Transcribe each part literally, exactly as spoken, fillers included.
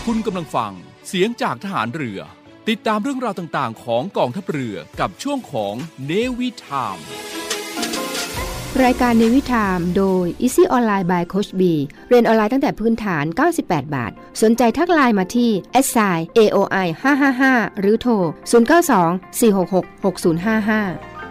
คุณกำลังฟังเสียงจากทหารเรือติดตามเรื่องราวต่างๆของกองทัพเรือกับช่วงของ Navy Time รายการ Navy Time โดย Easy Online by Coach B เรียนออนไลน์ตั้งแต่พื้นฐานเก้าสิบแปดบาทสนใจทักไลน์มาที่ แอท ไซน์ เอ โอ ไอ ห้า ห้า ห้า หรือโทรศูนย์ เก้า สอง สี่ หก หก หก ศูนย์ ห้า ห้า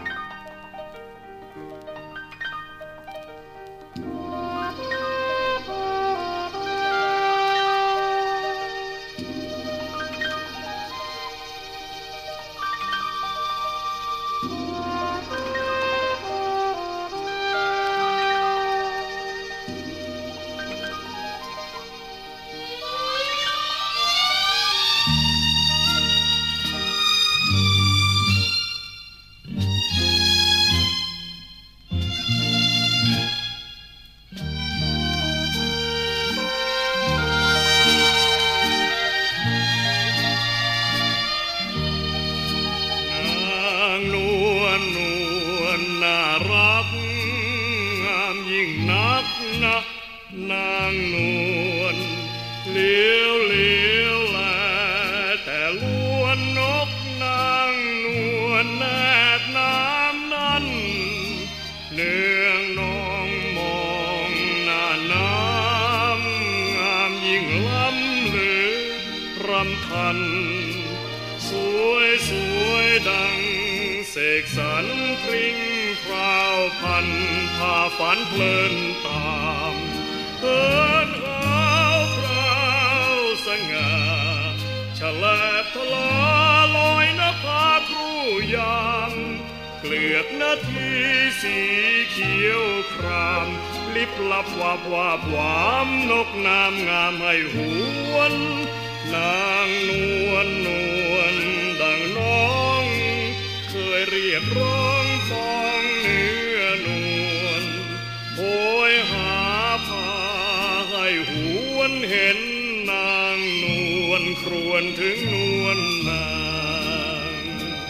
ฝันเพลินตามเฮินหาวพราวสง่าฉลาดทลาลอยนภาครู่ยามเกลือกนาทีสีเขียวครามลิบลับวาบวาบวามนกน้ำงามให้หวนนางนวลนวลดังน้องเคยเรียกร้องฟองเนื้อนวลโหยหาพาให้หวนเห็นนางนวลครวญถึงนวลนาง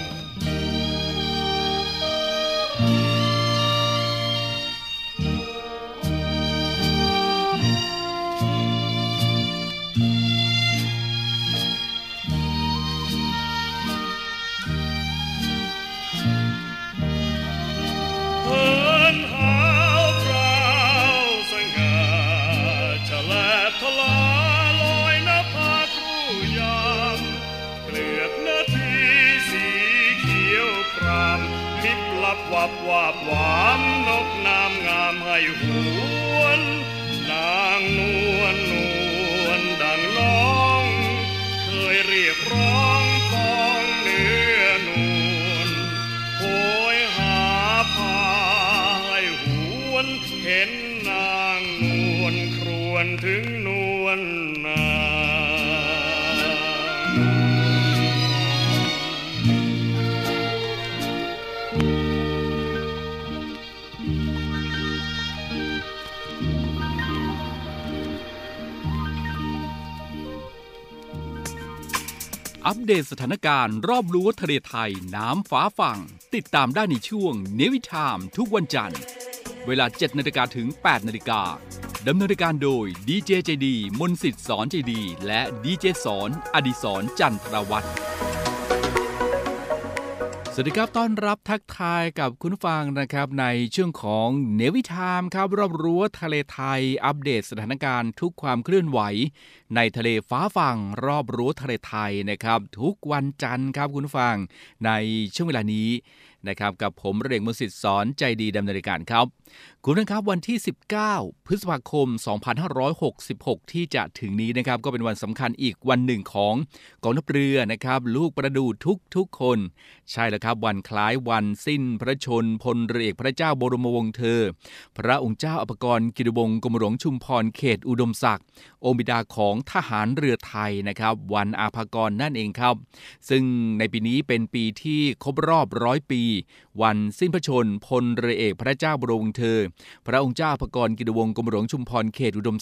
วับวับวามนกน้ำงามให้หวนนางนวลนวลดังน้องเคยเรียกร้องปองเนื้อนวลโหยหาพาให้หวนเห็นนางนวลครวญถึงนวลนางอัปเดตสถานการณ์รอบรั้วทะเลไทยน้ำฟ้าฝั่งติดตามได้ในช่วง Navy Time ทุกวันจันทร์เวลา เจ็ดนาฬิกา ถึง แปดนาฬิกาดำเนินรายการโดยดีเจใจดีมนต์สิทธิ์สอนใจดีและดีเจสอนอดิศรจันทรวัฒน์สวัสดีครับต้อนรับทักทายกับคุณผู้ฟังนะครับในช่วงของ Navy Time ครับรอบรั้วทะเลไทยอัปเดตสถานการณ์ทุกความเคลื่อนไหวในทะเลฟ้าฝั่งรอบรั้วทะเลไทยนะครับทุกวันจันทร์ครับคุณผู้ฟังในช่วงเวลานี้นะครับกับผมเรกมนต์สิทธิ์สอนใจดีดำเนินรายการครับคุณผู้ชมครับวันที่สิบเก้าพฤษภาคมสองพันห้าร้อยหกสิบหกที่จะถึงนี้นะครับก็เป็นวันสำคัญอีกวันหนึ่งของกองทัพเรือนะครับลูกประดูทุกทุกคนใช่แล้วครับวันคล้ายวันสิ้นพระชนพลเรือเอกพระเจ้าบรมวงศ์เธอพระองค์เจ้าอภกรกิติวงศ์กรมหลวงชุมพรเขตอุดมศักดิ์องค์บิดาของทหารเรือไทยนะครับวันอาภากรนั่นเองครับซึ่งในปีนี้เป็นปีที่ครบรอบร้อยปีวันสิ้นพระชนพลเรือเอกพระเจ้าบรมวงศ์เธอพระองค์เจ้าอภกรกิติวงศ์กรมหลวงชุมพรเขตอุดมศักดิ์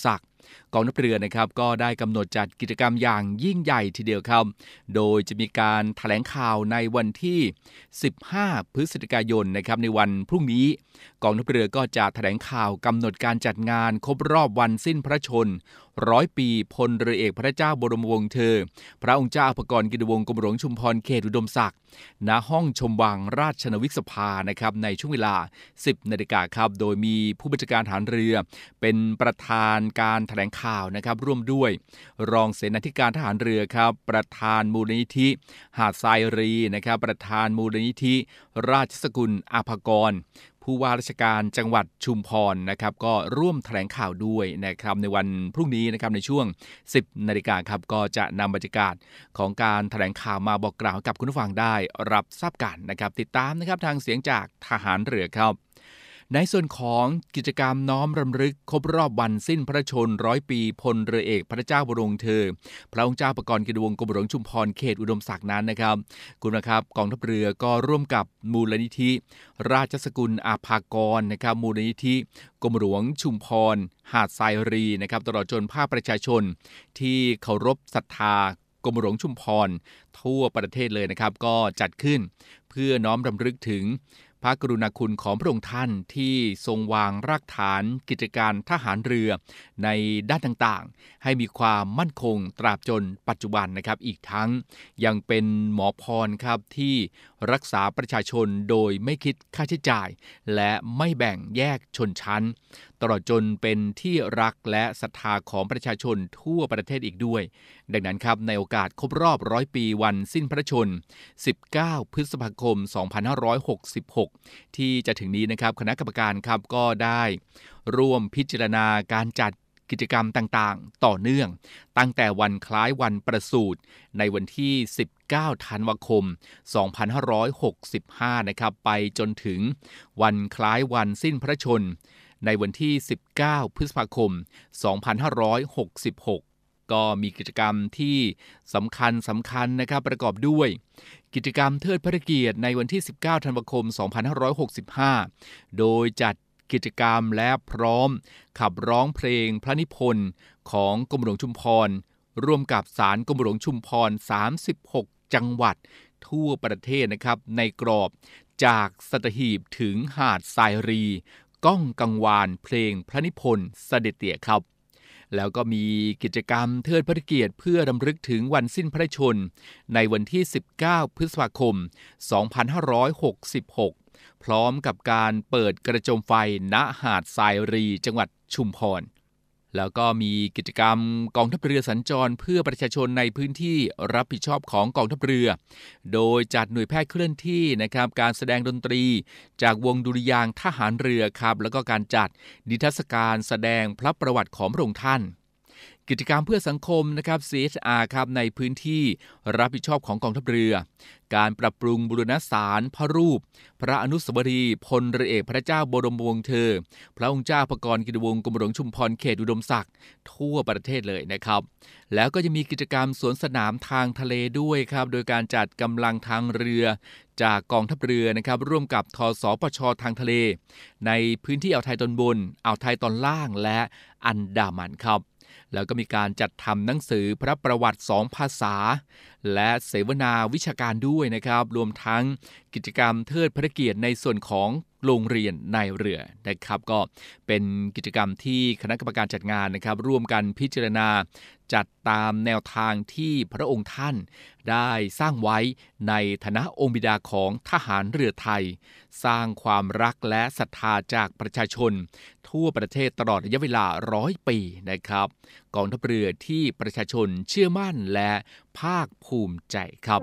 กองทัพเรือนะครับก็ได้กำหนดจัดกิจกรรมอย่างยิ่งใหญ่ทีเดียวครับโดยจะมีการแถลงข่าวในวันที่สิบห้าพฤศจิกายนนะครับในวันพรุ่งนี้กองทัพเรือก็จะแถลงข่าวกำหนดการจัดงานครบรอบวันสิ้นพระชนม์ร้อยปีพลเรือเอกพระเจ้าบรมวงศ์เธอพระองค์เจ้าอภกรกิติวงศ์กรมหลวงชุมพรเขตอุดมศักดิ์ณห้องชมวังราชนาวิกสภานะครับในช่วงเวลา สิบนาฬิกาครับโดยมีผู้บัญชาการทหารเรือเป็นประธานการแถลงข่าวนะครับร่วมด้วยรองเสนาธิการทหารเรือครับประธานมูลนิธิหาดทรายรีนะครับประธานมูลนิธิราชสกุลอาภากรผู้ว่าราชการจังหวัดชุมพรนะครับก็ร่วมแถลงข่าวด้วยนะครับในวันพรุ่งนี้นะครับในช่วง สิบนาฬิกาครับก็จะนำบรรยากาศของการแถลงข่าวมาบอกกล่าวกับคุณผู้ฟังได้รับทราบกันนะครับติดตามนะครับทางเสียงจากทหารเรือครับในส่วนของกิจกรรมน้อมรำลึกครบรอบวันสิ้นพระชนม์ร้อยปีพลเรือเอกพระเจ้าบรมวงศ์เธอพระองค์เจ้าอภกรกิติวงศ์กรมหลวงชุมพรเขตอุดมศักดิ์นั้นนะครับคุณนะครับกองทัพเรือก็ร่วมกับมูลนิธิราชสกุลอาภากรนะครับมูลนิธิกรมหลวงชุมพรหาดทรายรีนะครับตลอดจนภาคประชาชนที่เคารพศรัทธากรมหลวงชุมพรทั่วประเทศเลยนะครับก็จัดขึ้นเพื่อน้อมรำลึกถึงพระกรุณาคุณของพระองค์ท่านที่ทรงวางรากฐานกิจการทหารเรือในด้านต่างๆให้มีความมั่นคงตราบจนปัจจุบันนะครับอีกทั้งยังเป็นหมอพรครับที่รักษาประชาชนโดยไม่คิดค่าใช้จ่ายและไม่แบ่งแยกชนชั้นตลอดจนเป็นที่รักและศรัทธาของประชาชนทั่วประเทศอีกด้วยดังนั้นครับในโอกาสครบรอบร้อยปีวันสิ้นพระชนม์สิบเก้าพฤษภาคมสองพันห้าร้อยหกสิบหกที่จะถึงนี้นะครับคณะกรรมการครับก็ได้ร่วมพิจารณาการจัดกิจกรรมต่างๆต่อเนื่องตั้งแต่วันคล้ายวันประสูติในวันที่สิบเก้าธันวาคมสองพันห้าร้อยหกสิบห้านะครับไปจนถึงวันคล้ายวันสิ้นพระชนม์ในวันที่สิบเก้าพฤษภาคมสองพันห้าร้อยหกสิบหกก็มีกิจกรรมที่สำคัญสำคัญนะครับประกอบด้วยกิจกรรมเทิดพระเกียรติในวันที่สิบเก้าธันวาคมสองพันห้าร้อยหกสิบห้าโดยจัดกิจกรรมและพร้อมขับร้องเพลงพระนิพนธ์ของกรมหลวงชุมพรร่วมกับศาลกรมหลวงชุมพรสามสิบหกจังหวัดทั่วประเทศนะครับในกรอบจากสัตหีบถึงหาดทรายรีก้องกังวานเพลงพระนิพนธ์เสด็จเตี่ยครับแล้วก็มีกิจกรรมเทิดพระเกียรติเพื่อรำลึกถึงวันสิ้นพระชนม์ในวันที่สิบเก้าพฤษภาคมสองพันห้าร้อยหกสิบหกพร้อมกับการเปิดกระโจมไฟณหาดทรายรีจังหวัดชุมพรแล้วก็มีกิจกรรมกองทัพเรือสัญจรเพื่อประชาชนในพื้นที่รับผิดชอบของกองทัพเรือโดยจัดหน่วยแพทย์เคลื่อนที่นะครับการแสดงดนตรีจากวงดุริยางค์ทหารเรือครับแล้วก็การจัดนิทรรศการแสดงพระประวัติของพระองค์ท่านกิจกรรมเพื่อสังคมนะครับ ซี เอช อาร์ ครับในพื้นที่รับผิดชอบของกองทัพเรือการปรับปรุงบูรณะศาลพระรูปพระอนุสาวรีย์พลเรือเอกพระเจ้าบรมวงศ์เธอพระองค์เจ้าอภกรกิติวงศ์กรมหลวงชุมพรเขตอุดมศักดิ์ทั่วประเทศเลยนะครับแล้วก็จะมีกิจกรรมสวนสนามทางทะเลด้วยครับโดยการจัดกำลังทางเรือจากกองทัพเรือนะครับร่วมกับทสปชทางทะเลในพื้นที่อ่าวไทยตอนบนอ่าวไทยตอนล่างและอันดามันครับแล้วก็มีการจัดทำหนังสือพระประวัติสองภาษาและเสวนาวิชาการด้วยนะครับรวมทั้งกิจกรรมเทิดพระเกียรติในส่วนของโรงเรียนนายเรือนะครับก็เป็นกิจกรรมที่คณะกรรมการจัดงานนะครับร่วมกันพิจารณาจัดตามแนวทางที่พระองค์ท่านได้สร้างไว้ในฐานะองค์บิดาของทหารเรือไทยสร้างความรักและศรัทธาจากประชาชนทั่วประเทศตลอดระยะเวลาร้อยปีนะครับกองทัพเรือที่ประชาชนเชื่อมั่นและภาคภูมิใจครับ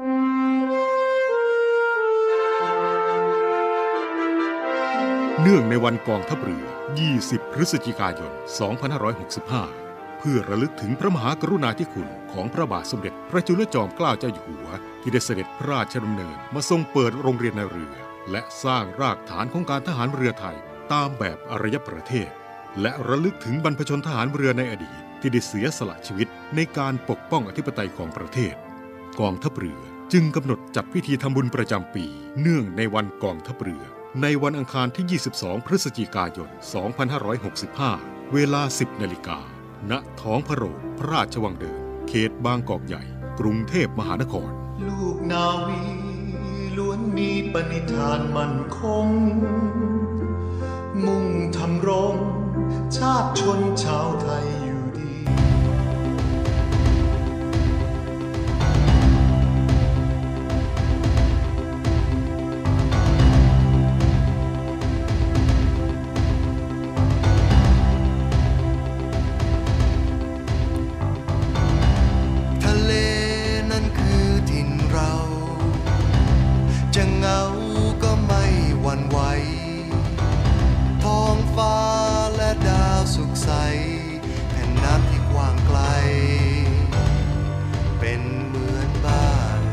เนื่องในวันกองทัพเรือยี่สิบพฤศจิกายนสองพันห้าร้อยหกสิบห้าเพื่อระลึกถึงพระมหากรุณาธิคุณของพระบาทสมเด็จพระจุลจอมเกล้าเจ้าอยู่หัวที่ได้เสด็จพระราชดำเนินมาทรงเปิดโรงเรียนนายเรือและสร้างรากฐานของการทหารเรือไทยตามแบบอารยประเทศและระลึกถึงบรรพชนทหารเรือในอดีตที่ได้เสียสละชีวิตในการปกป้องอธิปไตยของประเทศกองทัพเรือจึงกำหนดจัดพิธีทำบุญประจำปีเนื่องในวันกองทัพเรือในวันอังคารที่ยี่สิบสองพฤศจิกายนสองพันห้าร้อยหกสิบห้าเวลา สิบนาฬิกาณท้องพระโรงพระราชวังเดิมเขตบางกอกใหญ่กรุงเทพมหานครลูกนาวีล้วนมีปณิธานมั่นคงมุ่งทำรงชาติชนชาวไทยอยู่ดีทะเลนั้นคือถิ่นเราจะเหงาก็ไม่หวั่นไหวท้องฟ้าและดาวสุขใสแผ่นน้ำที่กว้างไกลเป็นเหมือนบ้าน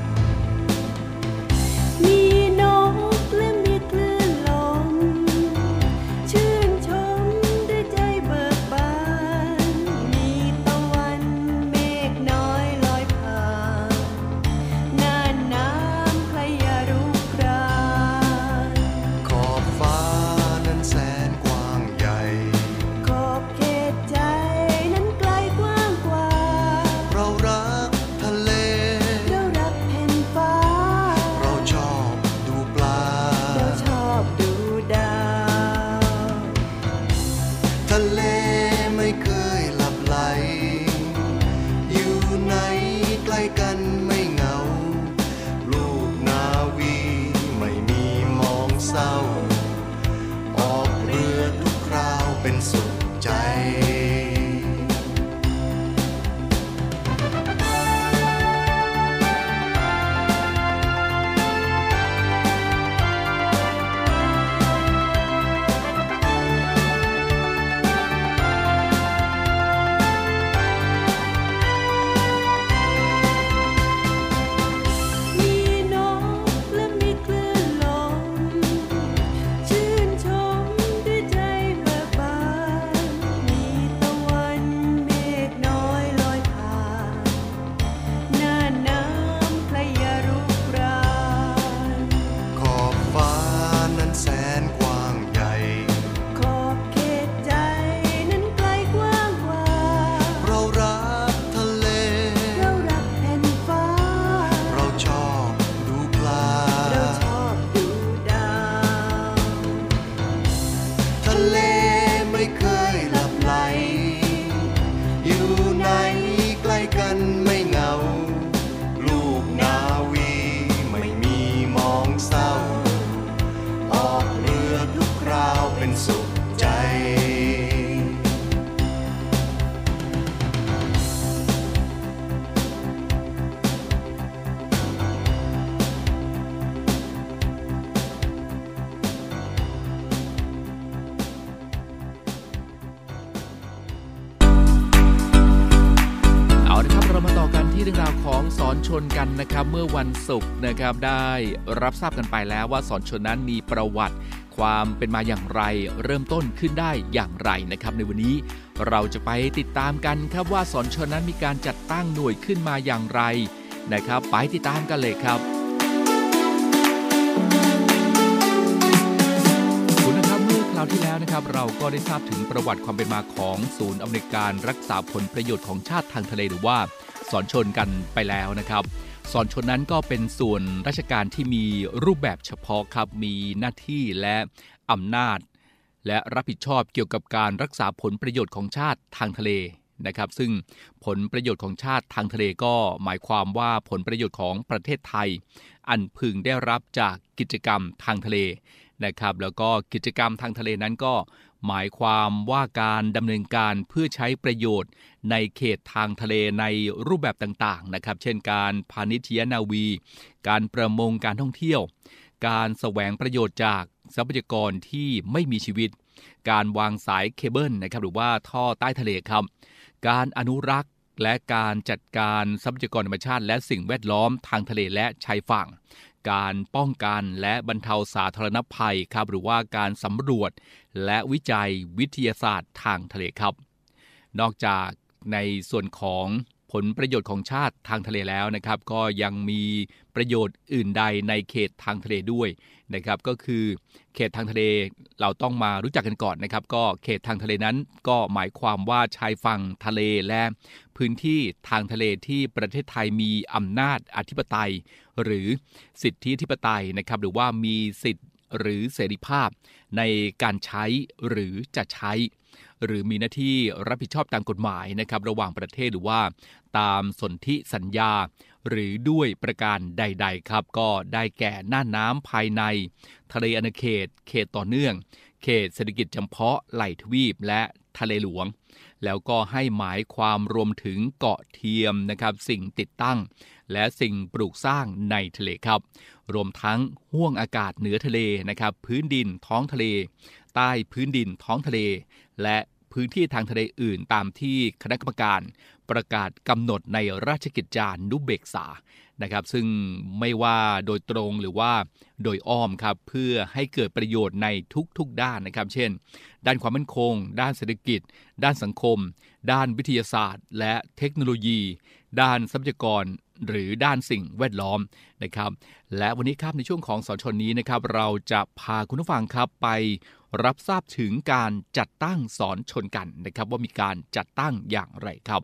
มีนกและมีคลื่นลมชื่นชมด้วยใจเบิกบานมีตะวันเมฆน้อยลอยผ่านน่านน้ำพยารุกรานขอบฟ้านั้นแสนกว้างใหญ่ขอบเขตใจนั้นไกลกว้างกว่าเรารักทะเลเรารักแผ่นฟ้าเราชอบดูปลาเราชอบดูดาวทะเลไม่เคยหลับไหลอยู่ไหนใกล้กันไม่เหงาลูกนาวีไม่มีมองเศร้าออกเรือทุกคราวเป็นสุขใจรื่องราวของสอนชนกันนะครับเมื่อวันศุกร์นะครับได้รับทราบกันไปแล้วว่าสอนชนนั้นมีประวัติความเป็นมาอย่างไรเริ่มต้นขึ้นได้อย่างไรนะครับในวันนี้เราจะไปติดตามกันครับว่าสอนชนนั้นมีการจัดตั้งหน่วยขึ้นมาอย่างไรนะครับไปติดตามกันเลยครับคุณนะครับเมื่อคราวที่แล้วนะครับเราก็ได้ทราบถึงประวัติความเป็นมาของศูนย์อำนวยการรักษาผลประโยชน์ของชาติทางทะเลหรือว่าสอนชนกันไปแล้วนะครับสอนชนนั้นก็เป็นส่วนราชการที่มีรูปแบบเฉพาะครับมีหน้าที่และอำนาจและรับผิดชอบเกี่ยวกับการรักษาผลประโยชน์ของชาติทางทะเลนะครับซึ่งผลประโยชน์ของชาติทางทะเลก็หมายความว่าผลประโยชน์ของประเทศไทยอันพึงได้รับจากกิจกรรมทางทะเลนะครับแล้วก็กิจกรรมทางทะเลนั้นก็หมายความว่าการดำเนินการเพื่อใช้ประโยชน์ในเขตทางทะเลในรูปแบบต่างๆนะครับเช่นการพาณิชยนาวีการประมงการท่องเที่ยวการแสวงประโยชน์จากทรัพยากรที่ไม่มีชีวิตการวางสายเคเบิลนะครับหรือว่าท่อใต้ทะเลครับการอนุรักษ์และการจัดการทรัพยากรธรรมชาติและสิ่งแวดล้อมทางทะเลและชายฝั่งการป้องกันและบรรเทาสาธารณภัยครับหรือว่าการสำรวจและวิจัยวิทยาศาสตร์ทางทะเลครับนอกจากในส่วนของผลประโยชน์ของชาติทางทะเลแล้วนะครับก็ยังมีประโยชน์อื่นใดในเขตทางทะเลด้วยนะครับก็คือเขตทางทะเลเราต้องมารู้จักกันก่อนนะครับก็เขตทางทะเลนั้นก็หมายความว่าชายฝั่งทะเลและพื้นที่ทางทะเลที่ประเทศไทยมีอำนาจอธิปไตยหรือสิทธิอธิปไตยนะครับหรือว่ามีสิทธิหรือเสรีภาพในการใช้หรือจะใช้หรือมีหน้าที่รับผิดชอบตามกฎหมายนะครับระหว่างประเทศหรือว่าตามสนธิสัญญาหรือด้วยประการใดๆครับก็ได้แก่น่านน้ำภายในทะเลอาณาเขตเขตต่อเนื่องเขตเศรษฐกิจจำเพาะไหล่ทวีปและทะเลหลวงแล้วก็ให้หมายความรวมถึงเกาะเทียมนะครับสิ่งติดตั้งและสิ่งปลูกสร้างในทะเลครับรวมทั้งห้วงอากาศเหนือทะเลนะครับพื้นดินท้องทะเลใต้พื้นดินท้องทะเลและพื้นที่ทางทะเลอื่นตามที่คณะกรรมการประกาศกำหนดในราชกิจจานุเบกษานะครับซึ่งไม่ว่าโดยตรงหรือว่าโดยอ้อมครับเพื่อให้เกิดประโยชน์ในทุกๆด้านนะครับเช่นด้านความมั่นคงด้านเศรษฐกิจด้านสังคมด้านวิทยาศาสตร์และเทคโนโลยีด้านทรัพยากรหรือด้านสิ่งแวดล้อมนะครับและวันนี้ครับในช่วงของสชนนี้นะครับเราจะพาคุณผู้ฟังครับไปรับทราบถึงการจัดตั้งสอนชนกันนะครับว่ามีการจัดตั้งอย่างไรครับ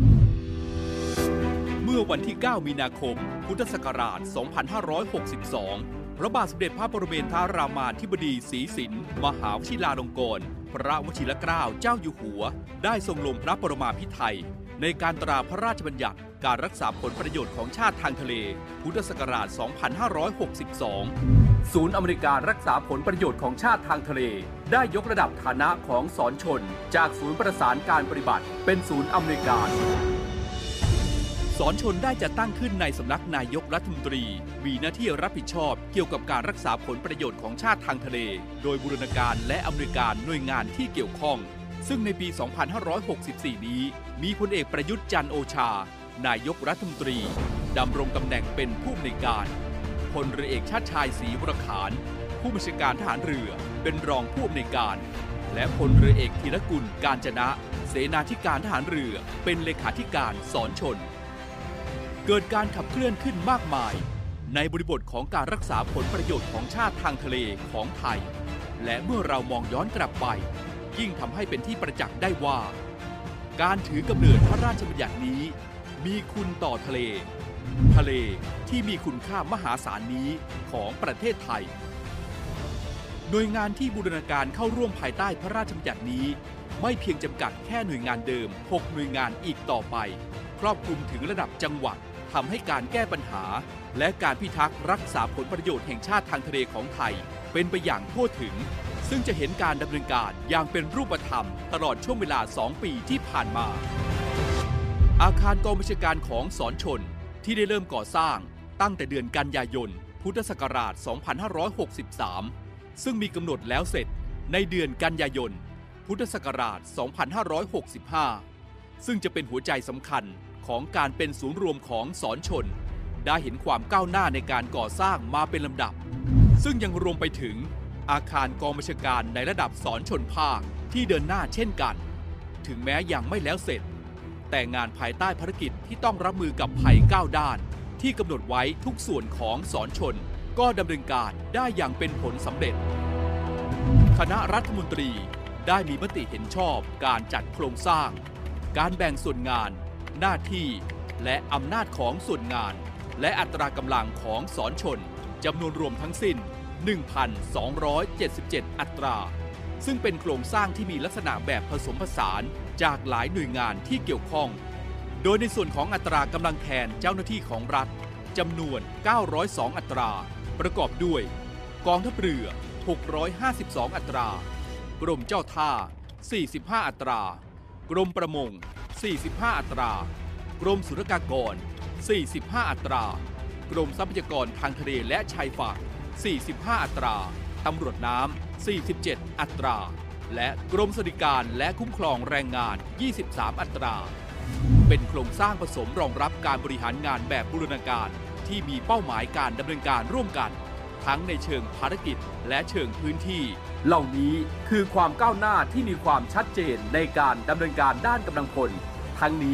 เมื่อวันที่เก้ามีนาคมพุทธศักราชสองพันห้าร้อยหกสิบสองพระบาทสมเด็จพระปรเมนทรามาธิบดีศรีสินมหาวชิราลงกรณ์พระวชิรเกล้าเจ้าอยู่หัวได้ทรงลงพระปรมาภิไธยในการตราพระราชบัญญัติการรักษาผลประโยชน์ของชาติทางทะเลพุทธศักราชสองพันห้าร้อยหกสิบสองศูนย์อำนวยการรักษาผลประโยชน์ของชาติทางทะเลได้ยกระดับฐานะของสอนชนจากศูนย์ประสานการปฏิบัติเป็นศูนย์อำนวยการสอนชนได้จัดตั้งขึ้นในสำนักนายกรัฐมนตรีมีหน้าที่รับผิดชอบเกี่ยวกับการรักษาผลประโยชน์ของชาติทางทะเลโดยบูรณาการและอำนวยการหน่วยงานที่เกี่ยวข้องซึ่งในปี สองพันห้าร้อยหกสิบสี่ นี้มีพลเอกประยุทธ์จันทร์โอชานายกรัฐมนตรีดำรงตำแหน่งเป็นผู้อำนวยการพลเรือเอกชาติชายศรีวรขานผู้บัญชาการทหารเรือเป็นรองผู้อำนวยการและพลเรือเอกธีรกุลกาญจนะเสนาธิการทหารเรือเป็นเลขาธิการสอนชนเกิดการขับเคลื่อนขึ้นมากมายในบริบทของการรักษาผลประโยชน์ของชาติทางทะเลของไทยและเมื่อเรามองย้อนกลับไปยิ่งทำให้เป็นที่ประจักษ์ได้ว่าการถือกำเนิดพระราชบัญญัตินี้มีคุณต่อทะเลทะเลที่มีคุณค่ามหาศาลนี้ของประเทศไทยหน่วยงานที่บูรณาการเข้าร่วมภายใต้พระราชบัญญัตินี้ไม่เพียงจำกัดแค่หน่วยงานเดิมหกหน่วยงานอีกต่อไปครอบคลุมถึงระดับจังหวัดทำให้การแก้ปัญหาและการพิทักษ์รักษาผลประโยชน์แห่งชาติทางทะเลของไทยเป็นไปอย่างทั่วถึงซึ่งจะเห็นการดำเนินการอย่างเป็นรูปธรรมตลอดช่วงเวลาสองปีที่ผ่านมาอาคารกองบัญชาการของสอนชนที่ได้เริ่มก่อสร้างตั้งแต่เดือนกันยายนพุทธศักราชสองพันห้าร้อยหกสิบสามซึ่งมีกำหนดแล้วเสร็จในเดือนกันยายนพุทธศักราชสองพันห้าร้อยหกสิบห้าซึ่งจะเป็นหัวใจสำคัญของการเป็นศูนย์รวมของสอนชนได้เห็นความก้าวหน้าในการก่อสร้างมาเป็นลำดับซึ่งยังรวมไปถึงอาคารกองบัญชาการในระดับสอนชนภาคที่เดินหน้าเช่นกันถึงแม้ยังไม่แล้วเสร็จแต่งานภายใต้ภารกิจที่ต้องรับมือกับภัยก้าวด้านที่กำหนดไว้ทุกส่วนของสอนชนก็ดำเนินการได้อย่างเป็นผลสำเร็จคณะรัฐมนตรีได้มีมติเห็นชอบการจัดโครงสร้างการแบ่งส่วนงานหน้าที่และอำนาจของส่วนงานและอัตรากำลังของสอนชนจำนวนรวมทั้งสิ้น หนึ่งพันสองร้อยเจ็ดสิบเจ็ด อัตราซึ่งเป็นโครงสร้างที่มีลักษณะแบบผสมผสานจากหลายหน่วยงานที่เกี่ยวข้องโดยในส่วนของอัตรากำลังแทนเจ้าหน้าที่ของรัฐจำนวนเก้าร้อยสองอัตราประกอบด้วยกองทัพเรือหกร้อยห้าสิบสองอัตรากรมเจ้าท่าสี่สิบห้าอัตรากรมประมงสี่สิบห้าอัตรากรมศุลกากรสี่สิบห้าอัตรากรมทรัพยากรทางทะเลและชายฝั่งสี่สิบห้าอัตราตำรวจน้ำสี่สิบเจ็ดอัตราและกรมสวัสดิการและคุ้มครองแรงงานยี่สิบสามอัตราเป็นโครงสร้างผสมรองรับการบริหารงานแบบบูรณาการที่มีเป้าหมายการดำเนินการร่วมกันทั้งในเชิงภารกิจและเชิงพื้นที่เหล่านี้คือความก้าวหน้าที่มีความชัดเจนในการดำเนินการด้านกำลังพลทั้งนี้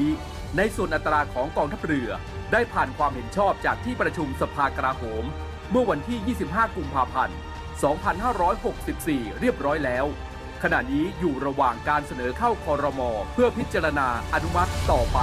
ในส่วนอัตราของกองทัพเรือได้ผ่านความเห็นชอบจากที่ประชุมสภากลาโหมเมื่อวันที่ ยี่สิบห้า กุมภาพันธ์ สองพันห้าร้อยหกสิบสี่ เรียบร้อยแล้วขณะนี้อยู่ระหว่างการเสนอเข้าครม.เพื่อพิจารณาอนุมัติต่อไป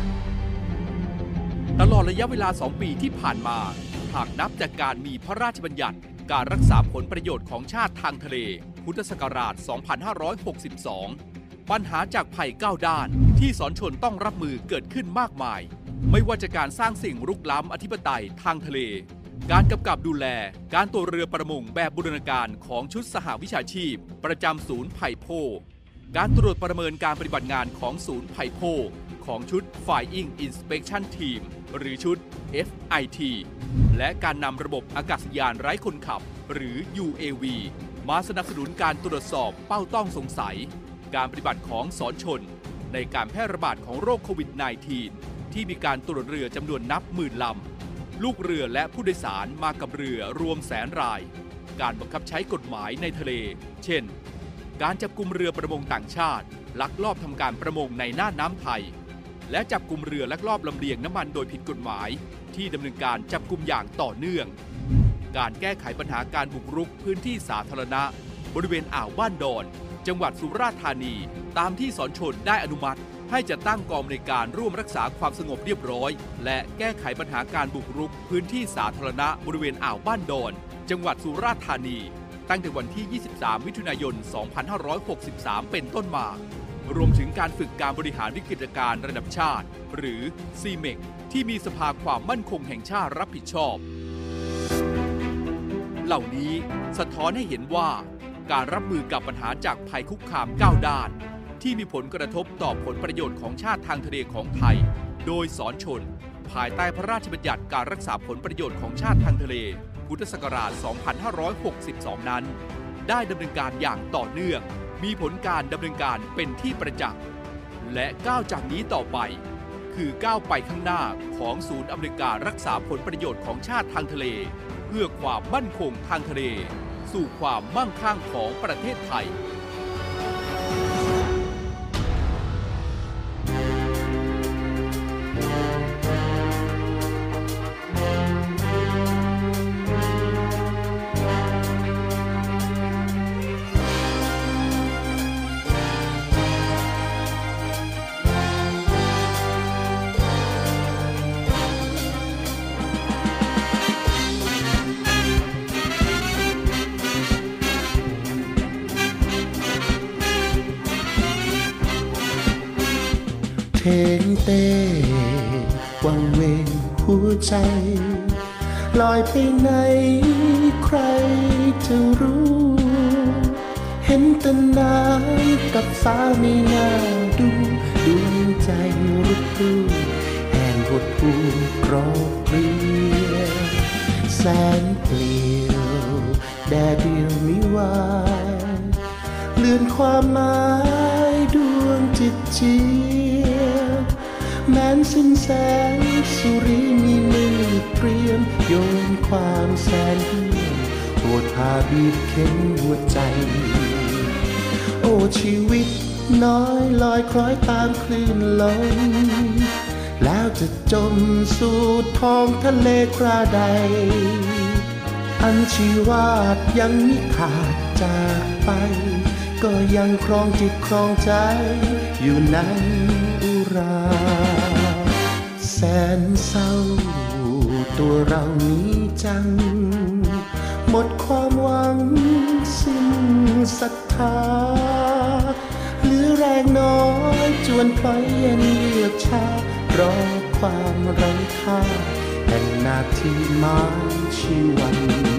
ตลอดระยะเวลาสองปีที่ผ่านมาหากนับจากการมีพระราชบัญญัติการรักษาผลประโยชน์ของชาติทางทะเลพุทธศักราช สองพันห้าร้อยหกสิบสอง ปัญหาจากภัยก้าวด้านที่สอนชนต้องรับมือเกิดขึ้นมากมายไม่ว่าจะการสร้างสิ่งรุกล้ำอธิปไตยทางทะเลการกำกับดูแลการตัวเรือประมงแบบบูรณาการของชุดสหวิชาชีพประจำศูนย์ไผ่โพการตรวจประเมินการปฏิบัติงานของศูนย์ไผ่โพของชุด Flying Inspection Team หรือชุด เอฟ ไอ ที และการนำระบบอากาศยานไร้คนขับหรือ ยู เอ วี มาสนับสนุนการตรวจสอบเป้าต้องสงสัยการปฏิบัติของสอนชนในการแพร่ระบาดของโรคโควิด สิบเก้า ที่มีการตรวจเรือจำนวนนับหมื่นลำลูกเรือและผู้โดยสารมากับเรือรวมแสนรายการบังคับใช้กฎหมายในทะเลเช่นการจับกุมเรือประมงต่างชาติลักลอบทำการประมงในน่านน้ำไทยและจับกุมเรือลักลอบลำเลียงน้ำมันโดยผิดกฎหมายที่ดำเนินการจับกุมอย่างต่อเนื่องการแก้ไขปัญหาการบุกรุกพื้นที่สาธารณะบริเวณอ่าวบ้านดอนจังหวัดสุราษฎร์ธานีตามที่สอนชนได้อนุมัติให้จัดตั้งกองในการร่วมรักษาความสงบเรียบร้อยและแก้ไขปัญหาการบุกรุกพื้นที่สาธารณะบริเวณอ่าวบ้านดอนจังหวัดสุราษฎร์ธานีตั้งแต่วันที่ ยี่สิบสาม มิถุนายน สองพันห้าร้อยหกสิบสาม เป็นต้นมารวมถึงการฝึกการบริหารวิกฤตการณ์ระดับชาติหรือ ซี เมค ที่มีสภาความมั่นคงแห่งชาติรับผิดชอบเหล่านี้สะท้อนให้เห็นว่าการรับมือกับปัญหาจากภัยคุกคามก้าวด้านที่มีผลกระทบต่อผลประโยชน์ของชาติทางทะเลของไทยโดยสอนชนภายใต้พระราชบัญญัติการรักษาผลประโยชน์ของชาติทางทะเลพุทธศักราช สองพันห้าร้อยหกสิบสอง นั้นได้ดำเนินการอย่างต่อเนื่องมีผลการดำเนินการเป็นที่ประจักษ์และก้าวจากนี้ต่อไปคือก้าวไปข้างหน้าของศูนย์อำนวยการรักษาผลประโยชน์ของชาติทางทะเลเพื่อความมั่นคงทางทะเลสู่ความมั่งคั่งของประเทศไทยเพลงเต้วังเวงหัวใจลอยไปไหนใครจะรู้เห็นแต่น้ำกับฟ้าไม่น่าดูดวงใจรุดรูแห่งหดหู่กรอบเกลียแสนเปลี่ยวแดดเดียวไม่ไหวเลื่อนความหมายดวงจิตเจียแม้นสิ้นแสงสุริมีมือเตรียมโยนความแสนเฮียนปวดพาบีบเข็นหัวใจโอ้ชีวิตน้อยลอยคล้อยตามคลื่นลมแล้วจะจมสู่ท้องทะเลคราใดอันชีวาตยังมิขาดจากไปก็ยังครองจิตครองใจอยู่ในอุราแสนเศร้าตัวเรานี้จังหมดความหวังสิ้นศรัทธาเหลือแรงน้อยจวนพลอยเย็นเยือกชารอความไร้ค่าแห่งนาทีหมายชีวัน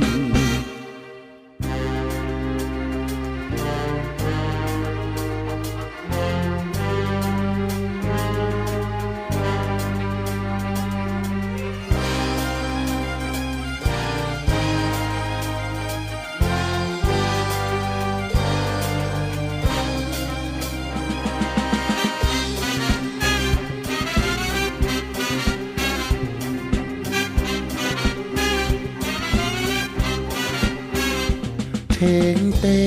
เพลงเต้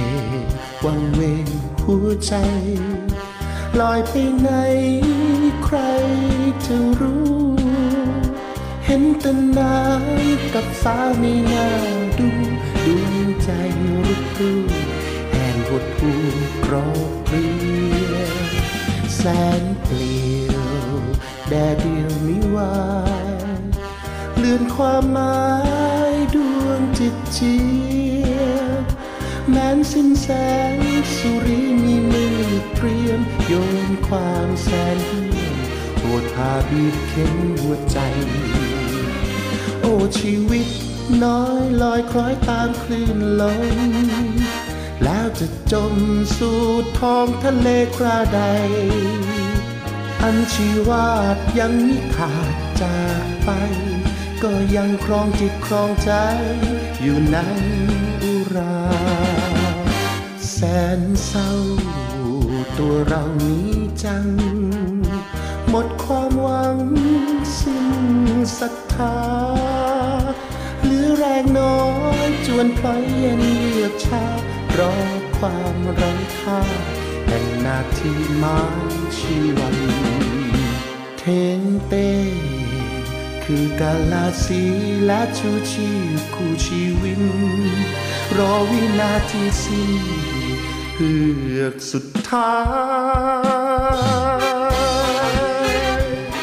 วังเวงหัวใจลอยไปไหนใครรจะรู้เห็นแต่น้ำกับฟ้าไม่น่าดูดวงใจรุกรูแห่งหดหู่กรอบเกลียแสนเปลี่ยวแดดเดียวไม่วายเลื่อนความหมายดวงจิตเจียบแม้นสิ้นแสงสุริมีมือเตรียมโยนความแสนเหี่ยวโหดพาบีบเข็นหัวใจโอ้ชีวิตน้อยลอยคล้อยตามคลื่นลมแล้วจะจมสู่ท้องทะเลคราใดอันชีวาดยังมิขาดจากไปก็ยังครองจิตครองใจอยู่ในอุราแสนเศร้าตัวเรานี้จังหมดความหวังสิ้นศรัทธาเหลือแรงน้อยจวนพลอยเย็นเยือกชารอความไร้ค่าแห่งนาทีหมายชีวันเทงเต้คือกาลาสีและชูชีพคู่ชีวิตรอวินาทีสิ้นเฮือกสุดท้าย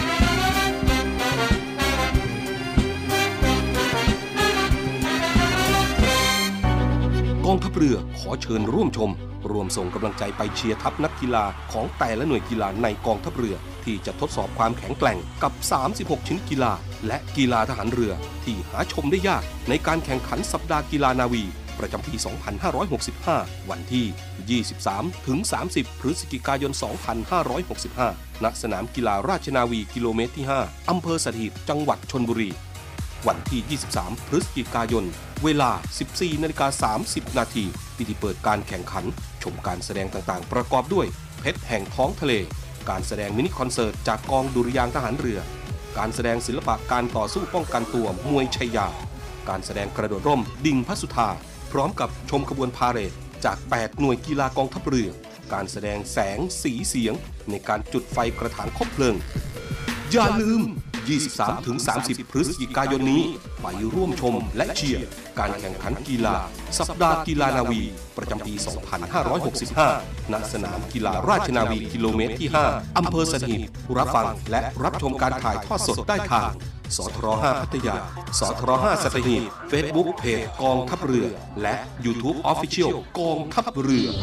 กองทัพเรือขอเชิญร่วมชมรวมส่งกำลังใจไปเชียร์ทัพนักกีฬาของแต่ละหน่วยกีฬาในกองทัพเรือที่จะทดสอบความแข็งแกร่งกับสามสิบหกชนิดกีฬาและกีฬาทหารเรือที่หาชมได้ยากในการแข่งขันสัปดาห์กีฬานาวีประจำปี สองพันห้าร้อยหกสิบห้า วันที่ ยี่สิบสามถึงสามสิบ พฤศจิกายน สองพันห้าร้อยหกสิบห้า ณ สนามกีฬาราชนาวีกิโลเมตรที่ ห้า อำเภอสัตหีบ จังหวัดชลบุรี วันที่ ยี่สิบสาม พฤศจิกายน เวลา สิบสี่นาฬิกาสามสิบ นาที พิธีเปิดการแข่งขันชมการแสดงต่างๆประกอบด้วยเพชรแห่งท้องทะเลการแสดงมินิคอนเสิร์ตจากกองดุริยางค์ทหารเรือการแสดงศิลปะการต่อสู้ป้องกันตัวมวยชัยยาการแสดงกระโดดร่มดิ่งพระสุธาพร้อมกับชมขบวนพาเหรดจากแปดหน่วยกีฬากองทัพเรือการแสดงแสงสีเสียงในการจุดไฟกระถางคบเพลิงอย่าลืม ยี่สิบสามถึงสามสิบ พฤศจิกายนนี้ไปร่วมชมและเชียร์การแข่งขันกีฬาสัปดาห์กีฬานาวีประจำปี สองพันห้าร้อยหกสิบห้า ณ สนามกีฬาราชนาวีกิโลเมตรที่ ห้า อำเภอสัตหีบรับฟังและรับชมการถ่ายทอดสดได้ทางสทรห้า พัทยาสทรห้า สัตหีบ Facebook เพจกองทัพเรือและ YouTube Official กองทัพเรือ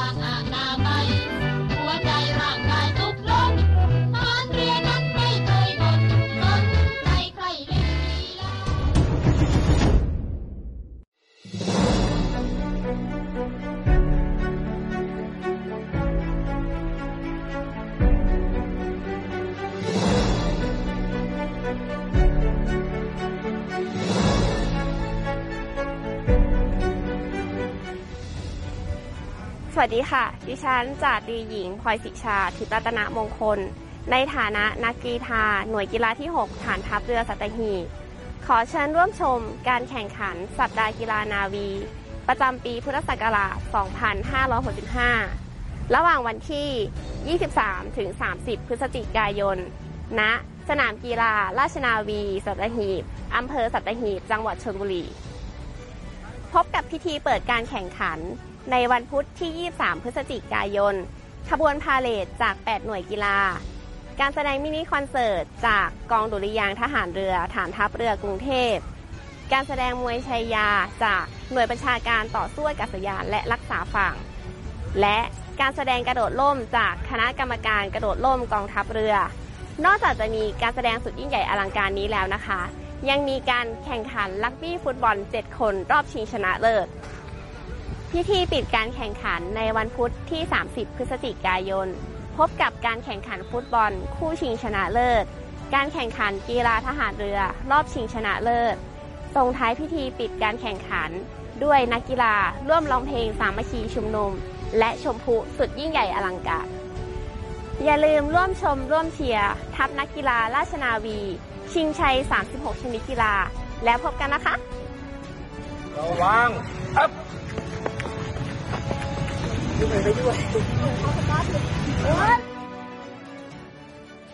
สวัสดีค่ะดิฉันจ่าตรีหญิงพลอยศิชาทิพย์รัตนมงคลในฐานะนักกีฬาหน่วยกีฬาที่หกฐานทัพเรือสัตหีบขอเชิญร่วมชมการแข่งขันสัปดาห์กีฬานาวีประจำปีพุทธศักราช สองพันห้าร้อยหกสิบห้า ระหว่างวันที่ ยี่สิบสามถึงสามสิบ พฤศจิกายน ณ สนามกีฬาราชนาวีสัตหีบอำเภอสัตหีบจังหวัดชลบุรีพบกับพิธีเปิดการแข่งขันในวันพุธที่ ยี่สิบสาม พฤศจิกายนขบวนพาเหรดจาก แปด หน่วยกีฬาการแสดงมินิคอนเสิร์ตจากกองดุริยางค์ทหารเรือฐานทัพเรือกรุงเทพการแสดงมวยชัยยาจากหน่วยบัญชาการต่อสู้อากาศยานและรักษาฝั่งและการแสดงกระโดดร่มจากคณะกรรมการกระโดดร่มกองทัพเรือนอกจากจะมีการแสดงสุดยิ่งใหญ่อลังการนี้แล้วนะคะยังมีการแข่งขันรักบี้ฟุตบอลเจ็ดคนรอบชิงชนะเลิศพิธีปิดการแข่งขันในวันพุธที่ สามสิบ พฤศจิกายนพบกับการแข่งขันฟุตบอลคู่ชิงชนะเลิศการแข่งขันกีฬาทหารเรือรอบชิงชนะเลิศส่งท้ายพิธีปิดการแข่งขันด้วยนักกีฬาร่วมร้องเพลงสามัคคีชุมนุมและชมพลุสุดยิ่งใหญ่อลังการอย่าลืมร่วมชมร่วมเชียร์ทัพนักกีฬาราชนาวีชิงชัยสามสิบหกชนิดกีฬาแล้วพบกันนะคะระวังอัพไปด้วย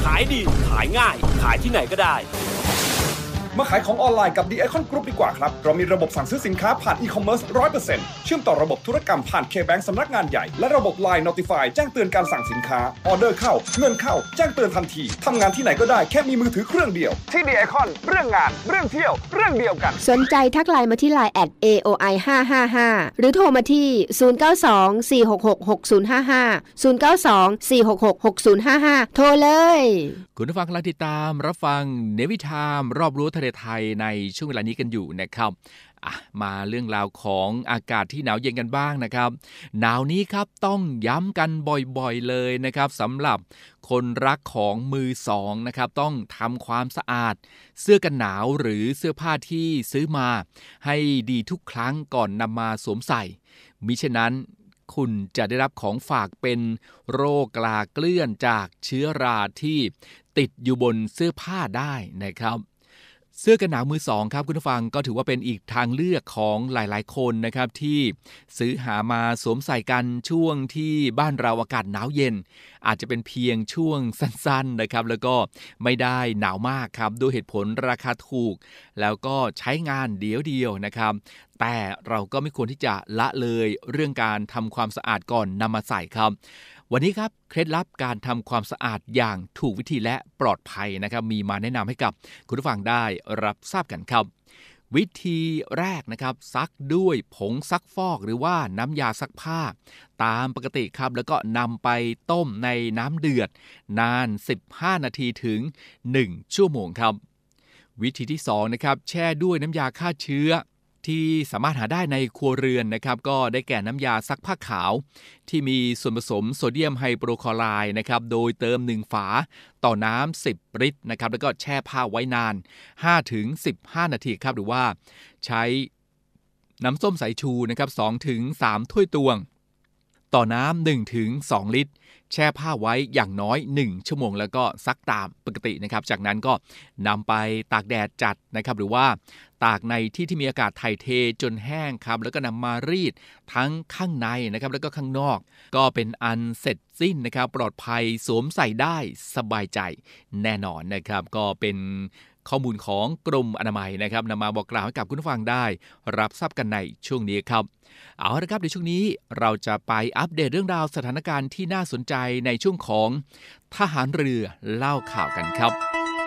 ขายดีขายง่ายขายที่ไหนก็ได้มาขายของออนไลน์กับ The Icon Group ดีกว่าครับเรามีระบบสั่งซื้อสินค้าผ่านอีคอมเมิร์ซ ร้อยเปอร์เซ็นต์ เชื่อมต่อระบบธุรกรรมผ่าน K-Bank สำนักงานใหญ่และระบบ ไลน์ Notify แจ้งเตือนการสั่งสินค้าออเดอร์เข้าเงินเข้าแจ้งเตือนทันทีทำงานที่ไหนก็ได้แค่มีมือถือเครื่องเดียวที่ The Icon เรื่องงานเรื่องเที่ยวเรื่องเดียวกันสนใจทักไลน์มาที่ ไลน์ แอท เอ โอ ไอ ห้า ห้า ห้า หรือโทรมาที่ศูนย์ เก้า สอง สี่ หก หก หก ศูนย์ ห้า ห้า ศูนย์ เก้า สอง สี่ หก หก หก ศูนย์ ห้า ห้า โทรเลยคุณผู้ฟังกำลังติดตามรับฟังเนวิทามรอบรู้ทะเลไทยในช่วงเวลานี้กันอยู่นะครับมาเรื่องราวของอากาศที่หนาวเย็นกันบ้างนะครับหนาวนี้ครับต้องย้ำกันบ่อยๆเลยนะครับสำหรับคนรักของมือสองนะครับต้องทำความสะอาดเสื้อกันหนาวหรือเสื้อผ้าที่ซื้อมาให้ดีทุกครั้งก่อนนำมาสวมใส่มิฉะนั้นคุณจะได้รับของฝากเป็นโรคกลาเกลื่อนจากเชื้อราที่ติดอยู่บนเสื้อผ้าได้นะครับเสื้อกันหนาวมือสองครับคุณผู้ฟังก็ถือว่าเป็นอีกทางเลือกของหลายๆคนนะครับที่ซื้อหามาสวมใส่กันช่วงที่บ้านเราอากาศหนาวเย็นอาจจะเป็นเพียงช่วงสั้นๆนะครับแล้วก็ไม่ได้หนาวมากครับด้วยเหตุผลราคาถูกแล้วก็ใช้งานเดียวๆนะครับแต่เราก็ไม่ควรที่จะละเลยเรื่องการทำความสะอาดก่อนนำมาใส่ครับวันนี้ครับเคล็ดลับการทำความสะอาดอย่างถูกวิธีและปลอดภัยนะครับมีมาแนะนำให้กับคุณผู้ฟังได้รับทราบกันครับวิธีแรกนะครับซักด้วยผงซักฟอกหรือว่าน้ำยาซักผ้าตามปกติครับแล้วก็นำไปต้มในน้ำเดือดนานสิบห้านาทีถึงหนึ่งชั่วโมงครับวิธีที่สองนะครับแช่ด้วยน้ำยาฆ่าเชื้อที่สามารถหาได้ในครัวเรือนนะครับก็ได้แก่น้ำยาซักผ้าขาวที่มีส่วนผสมโซเดียมไฮโปรคลอไรด์นะครับโดยเติมหนึ่งฝาต่อน้ำสิบลิตรนะครับแล้วก็แช่ผ้าไว้นาน ห้าถึงสิบห้า นาทีครับหรือว่าใช้น้ำส้มสายชูนะครับ สองถึงสาม ถ้วยตวงต่อน้ำ หนึ่งถึงสอง ลิตรแช่ผ้าไว้อย่างน้อยหนึ่งชั่วโมงแล้วก็ซักตามปกตินะครับจากนั้นก็นำไปตากแดดจัดนะครับหรือว่าตากในที่ที่มีอากาศถ่ายเทจนแห้งครับแล้วก็นำมารีดทั้งข้างในนะครับแล้วก็ข้างนอกก็เป็นอันเสร็จสิ้นนะครับปลอดภัยสวมใส่ได้สบายใจแน่นอนนะครับก็เป็นข้อมูลของกรมอนามัยนะครับนำมาบอกกล่าวให้กับคุณผู้ฟังได้รับทราบกันในช่วงนี้ครับเอาละครับในช่วงนี้เราจะไปอัปเดตเรื่องราวสถานการณ์ที่น่าสนใจในช่วงของทหารเรือเล่าข่าวกันครับ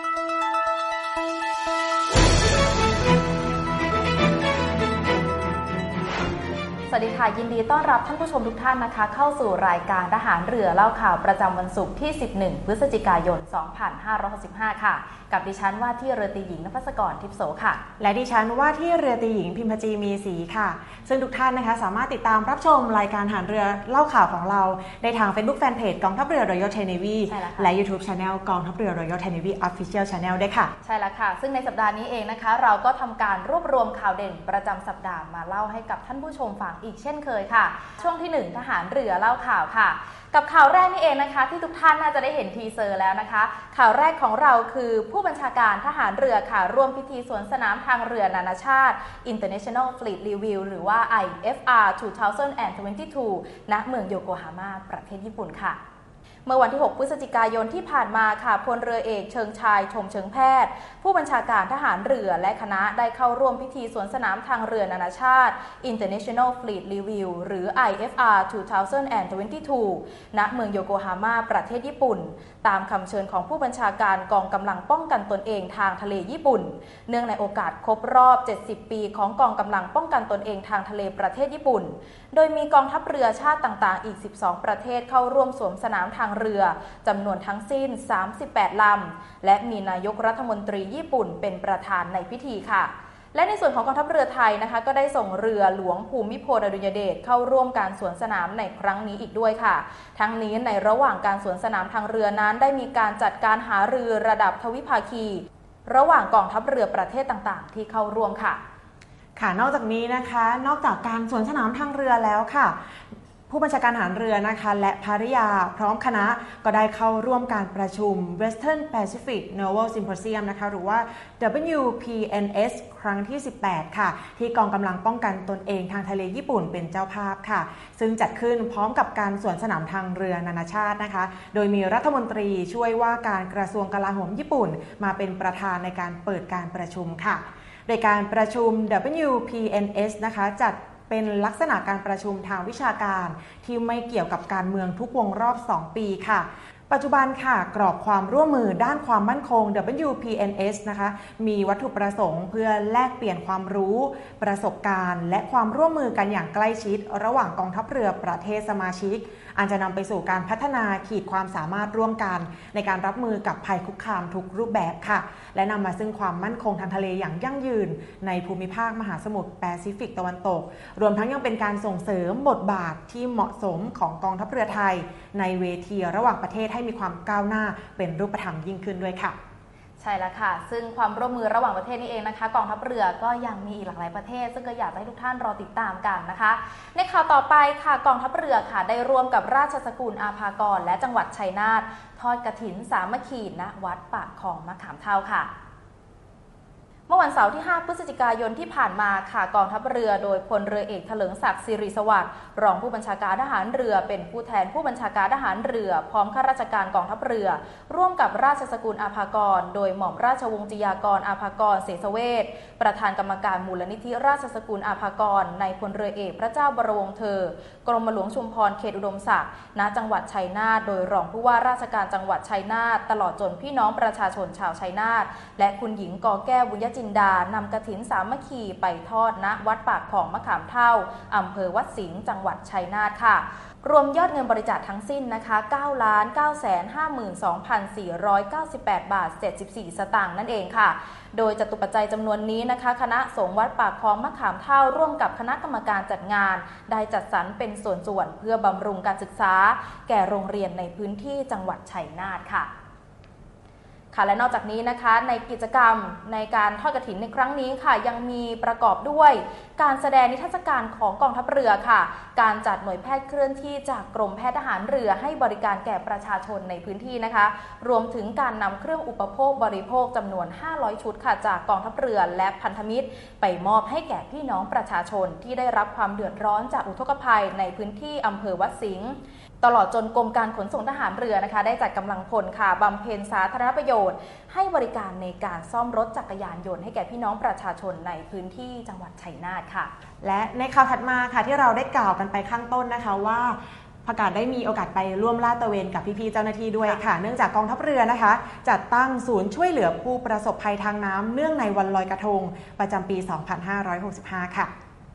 สวัสดีค่ะยินดีต้อนรับท่านผู้ชมทุกท่านนะคะเข้าสู่รายการทหารเรือเล่าข่าวประจำวันศุกร์ที่สิบเอ็ดพฤศจิกายนสองพันห้าร้อยหกสิบห้าค่ะกับดิฉันว่าที่เรือตีหญิงณภัสกรทิพโสค่ะและดิฉันว่าที่เรือตีหญิงพิมพจีมีศรีค่ะซึ่งทุกท่านนะคะสามารถติดตามรับชมรายการทหารเรือเล่าข่าวของเราได้ทาง Facebook Fanpage กองทัพเรือ Royal Thai Navy และ YouTube Channel กองทัพเรือ Royal Thai Navy Official Channel ด้วยค่ะใช่แล้วค่ะซึ่งในสัปดาห์นี้เองนะคะเราก็ทำการรวบรวมข่าวเด่นประจำสัปดาห์มาเล่าให้กับท่านผู้ชมฟังอีกเช่นเคยค่ะช่วงที่หนึ่งทหารเรือเล่าข่าวค่ะกับข่าวแรกนี่เองนะคะที่ทุกท่านน่าจะได้เห็นทีเซอร์แล้วนะคะข่าวแรกของเราคือผู้บัญชาการทหารเรือค่ะร่วมพิธีสวนสนามทางเรือนานาชาติ International Fleet Review หรือว่า ไอ เอฟ อาร์ สองพันยี่สิบสอง ณ เมืองโยโกฮาม่าประเทศญี่ปุ่นค่ะเมื่อวันที่หกพฤศจิกายนที่ผ่านมาค่ะพลเรือเอกเชิงชายชมเชิงแพทย์ผู้บัญชาการทหารเรือและคณะได้เข้าร่วมพิธีสวนสนามทางเรือนานาชาติ International Fleet Review หรือ ไอ เอฟ อาร์ สองพันยี่สิบสอง ณ เมืองโยโกฮาม่าประเทศญี่ปุ่นตามคำเชิญของผู้บัญชาการกองกำลังป้องกันตนเองทางทะเลญี่ปุ่นเนื่องในโอกาสครบรอบเจ็ดสิบปีของกองกำลังป้องกันตนเองทางทะเลประเทศญี่ปุ่นโดยมีกองทัพเรือชาติต่างๆอีกสิบสองประเทศเข้าร่วมสวมสนามทางเรือจำนวนทั้งสิ้นสามสิบแปดลำและมีนายกรัฐมนตรีญี่ปุ่นเป็นประธานในพิธีค่ะและในส่วนของกองทัพเรือไทยนะคะก็ได้ส่งเรือหลวงภูมิพลอดุลยเดชเข้าร่วมการสวนสนามในครั้งนี้อีกด้วยค่ะทั้งนี้ในระหว่างการสวนสนามทางเรือนั้นได้มีการจัดการหารือระดับทวิภาคีระหว่างกองทัพเรือประเทศต่างๆที่เข้าร่วมค่ะค่ะนอกจากนี้นะคะนอกจากการสวนสนามทางเรือแล้วค่ะผู้บัญชาการทหารเรือนะคะและภริยาพร้อมคณะก็ได้เข้าร่วมการประชุม Western Pacific Naval Symposium นะคะหรือว่า ดับเบิลยู พี เอ็น เอส ครั้งที่สิบแปดค่ะที่กองกำลังป้องกันตนเองทางทะเลญี่ปุ่นเป็นเจ้าภาพค่ะซึ่งจัดขึ้นพร้อมกับการสวนสนามทางเรือนานาชาตินะคะโดยมีรัฐมนตรีช่วยว่าการกระทรวงกลาโหมญี่ปุ่นมาเป็นประธานในการเปิดการประชุมค่ะโดยการประชุม ดับเบิลยู พี เอ็น เอส นะคะจัดเป็นลักษณะการประชุมทางวิชาการที่ไม่เกี่ยวกับการเมืองทุกวงรอบสองปีค่ะปัจจุบันค่ะกรอบความร่วมมือด้านความมั่นคง ดับเบิลยู พี เอ็น เอส นะคะมีวัตถุประสงค์เพื่อแลกเปลี่ยนความรู้ประสบการณ์และความร่วมมือกันอย่างใกล้ชิดระหว่างกองทัพเรือประเทศสมาชิกอันจะนำไปสู่การพัฒนาขีดความสามารถร่วมกันในการรับมือกับภัยคุกคามทุกรูปแบบค่ะและนำมาซึ่งความมั่นคงทางทะเลอย่างยั่งยืนในภูมิภาคมหาสมุทรแปซิฟิกตะวันตกรวมทั้งยังเป็นการส่งเสริมบทบาทที่เหมาะสมของกองทัพเรือไทยในเวทีระหว่างประเทศให้มีความก้าวหน้าเป็นรูปธรรมยิ่งขึ้นด้วยค่ะใช่แล้วค่ะซึ่งความร่วมมือระหว่างประเทศนี้เองนะคะกองทัพเรือก็ยังมีอีกหลากหลายประเทศซึ่งก็อยากให้ทุกท่านรอติดตามกันนะคะในข่าวต่อไปค่ะกองทัพเรือค่ะได้ร่วมกับราชสกุลอาภากรและจังหวัดชัยนาททอดกฐินสามัคคีณวัดปากคลองมะขามเฒ่าค่ะเมื่อวันเสาร์ที่ห้าพฤศจิกายนที่ผ่านมาค่ะกองทัพเรือโดยพลเรือเอกเถลิงศักดิ์สิริสวัสดิ์รองผู้บัญชาการทหารเรือเป็นผู้แทนผู้บัญชาการทหารเรือพร้อมข้าราชการกองทัพเรือร่วมกับราชสกุลอาภากรโดยหม่อมราชวงศ์จิยากรอาภากรเสสเวชประธานกรรมการมูลนิธิราชสกุลอาภากรในพลเรือเอกพระเจ้าบรมวงศ์เธอกรมหลวงชุมพรเขตอุดมศักดิ์ณจังหวัดชัยนาทโดยรองผู้ว่าราชการจังหวัดชัยนาทตลอดจนพี่น้องประชาชนชาวชัยนาทและคุณหญิงกอแก้วบุญยจินดานำกฐินสามัคคีไปทอดณวัดปากคลองมะขามเฒ่าอำเภอวัดสิงห์จังหวัดชัยนาทค่ะรวมยอดเงินบริจาคทั้งสิ้นนะคะ เก้าล้านเก้าแสนห้าหมื่นสองพันสี่ร้อยเก้าสิบแปด บาท เจ็ดสิบสี่ สตางค์นั่นเองค่ะโดยจตุปัจจัยจำนวนนี้นะคะคณะสงฆ์วัดปากคลองมะขามเฒ่าร่วมกับคณะกรรมการจัดงานได้จัดสรรเป็นส่วนๆเพื่อบำรุงการศึกษาแก่โรงเรียนในพื้นที่จังหวัดชัยนาทค่ะค่ะและนอกจากนี้นะคะในกิจกรรมในการทอดกฐินในครั้งนี้ค่ะยังมีประกอบด้วยการแสดงนิทรรศการของกองทัพเรือค่ะการจัดหน่วยแพทย์เคลื่อนที่จากกรมแพทย์ทหารเรือให้บริการแก่ประชาชนในพื้นที่นะคะรวมถึงการนำเครื่องอุปโภคบริโภคจำนวนห้าร้อยชุดค่ะจากกองทัพเรือและพันธมิตรไปมอบให้แก่พี่น้องประชาชนที่ได้รับความเดือดร้อนจากอุทกภัยในพื้นที่อำเภอวัดสิงห์ตลอดจนกรมการขนส่งทหารเรือนะคะได้จัดกำลังพลค่ะบำเพ็ญสาธารณประโยชน์ให้บริการในการซ่อมรถจักรยานยนต์ให้แก่พี่น้องประชาชนในพื้นที่จังหวัดชัยนาทค่ะและในข่าวถัดมาค่ะที่เราได้กล่าวกันไปข้างต้นนะคะว่าประกาศได้มีโอกาสไปร่วมลาดตระเวนกับพี่ๆเจ้าหน้าที่ด้วยค่ะเนื่องจากกองทัพเรือนะคะจัดตั้งศูนย์ช่วยเหลือผู้ประสบภัยทางน้ำเนื่องในวันลอยกระทงประจำปีสองพันห้าร้อยหกสิบห้าค่ะ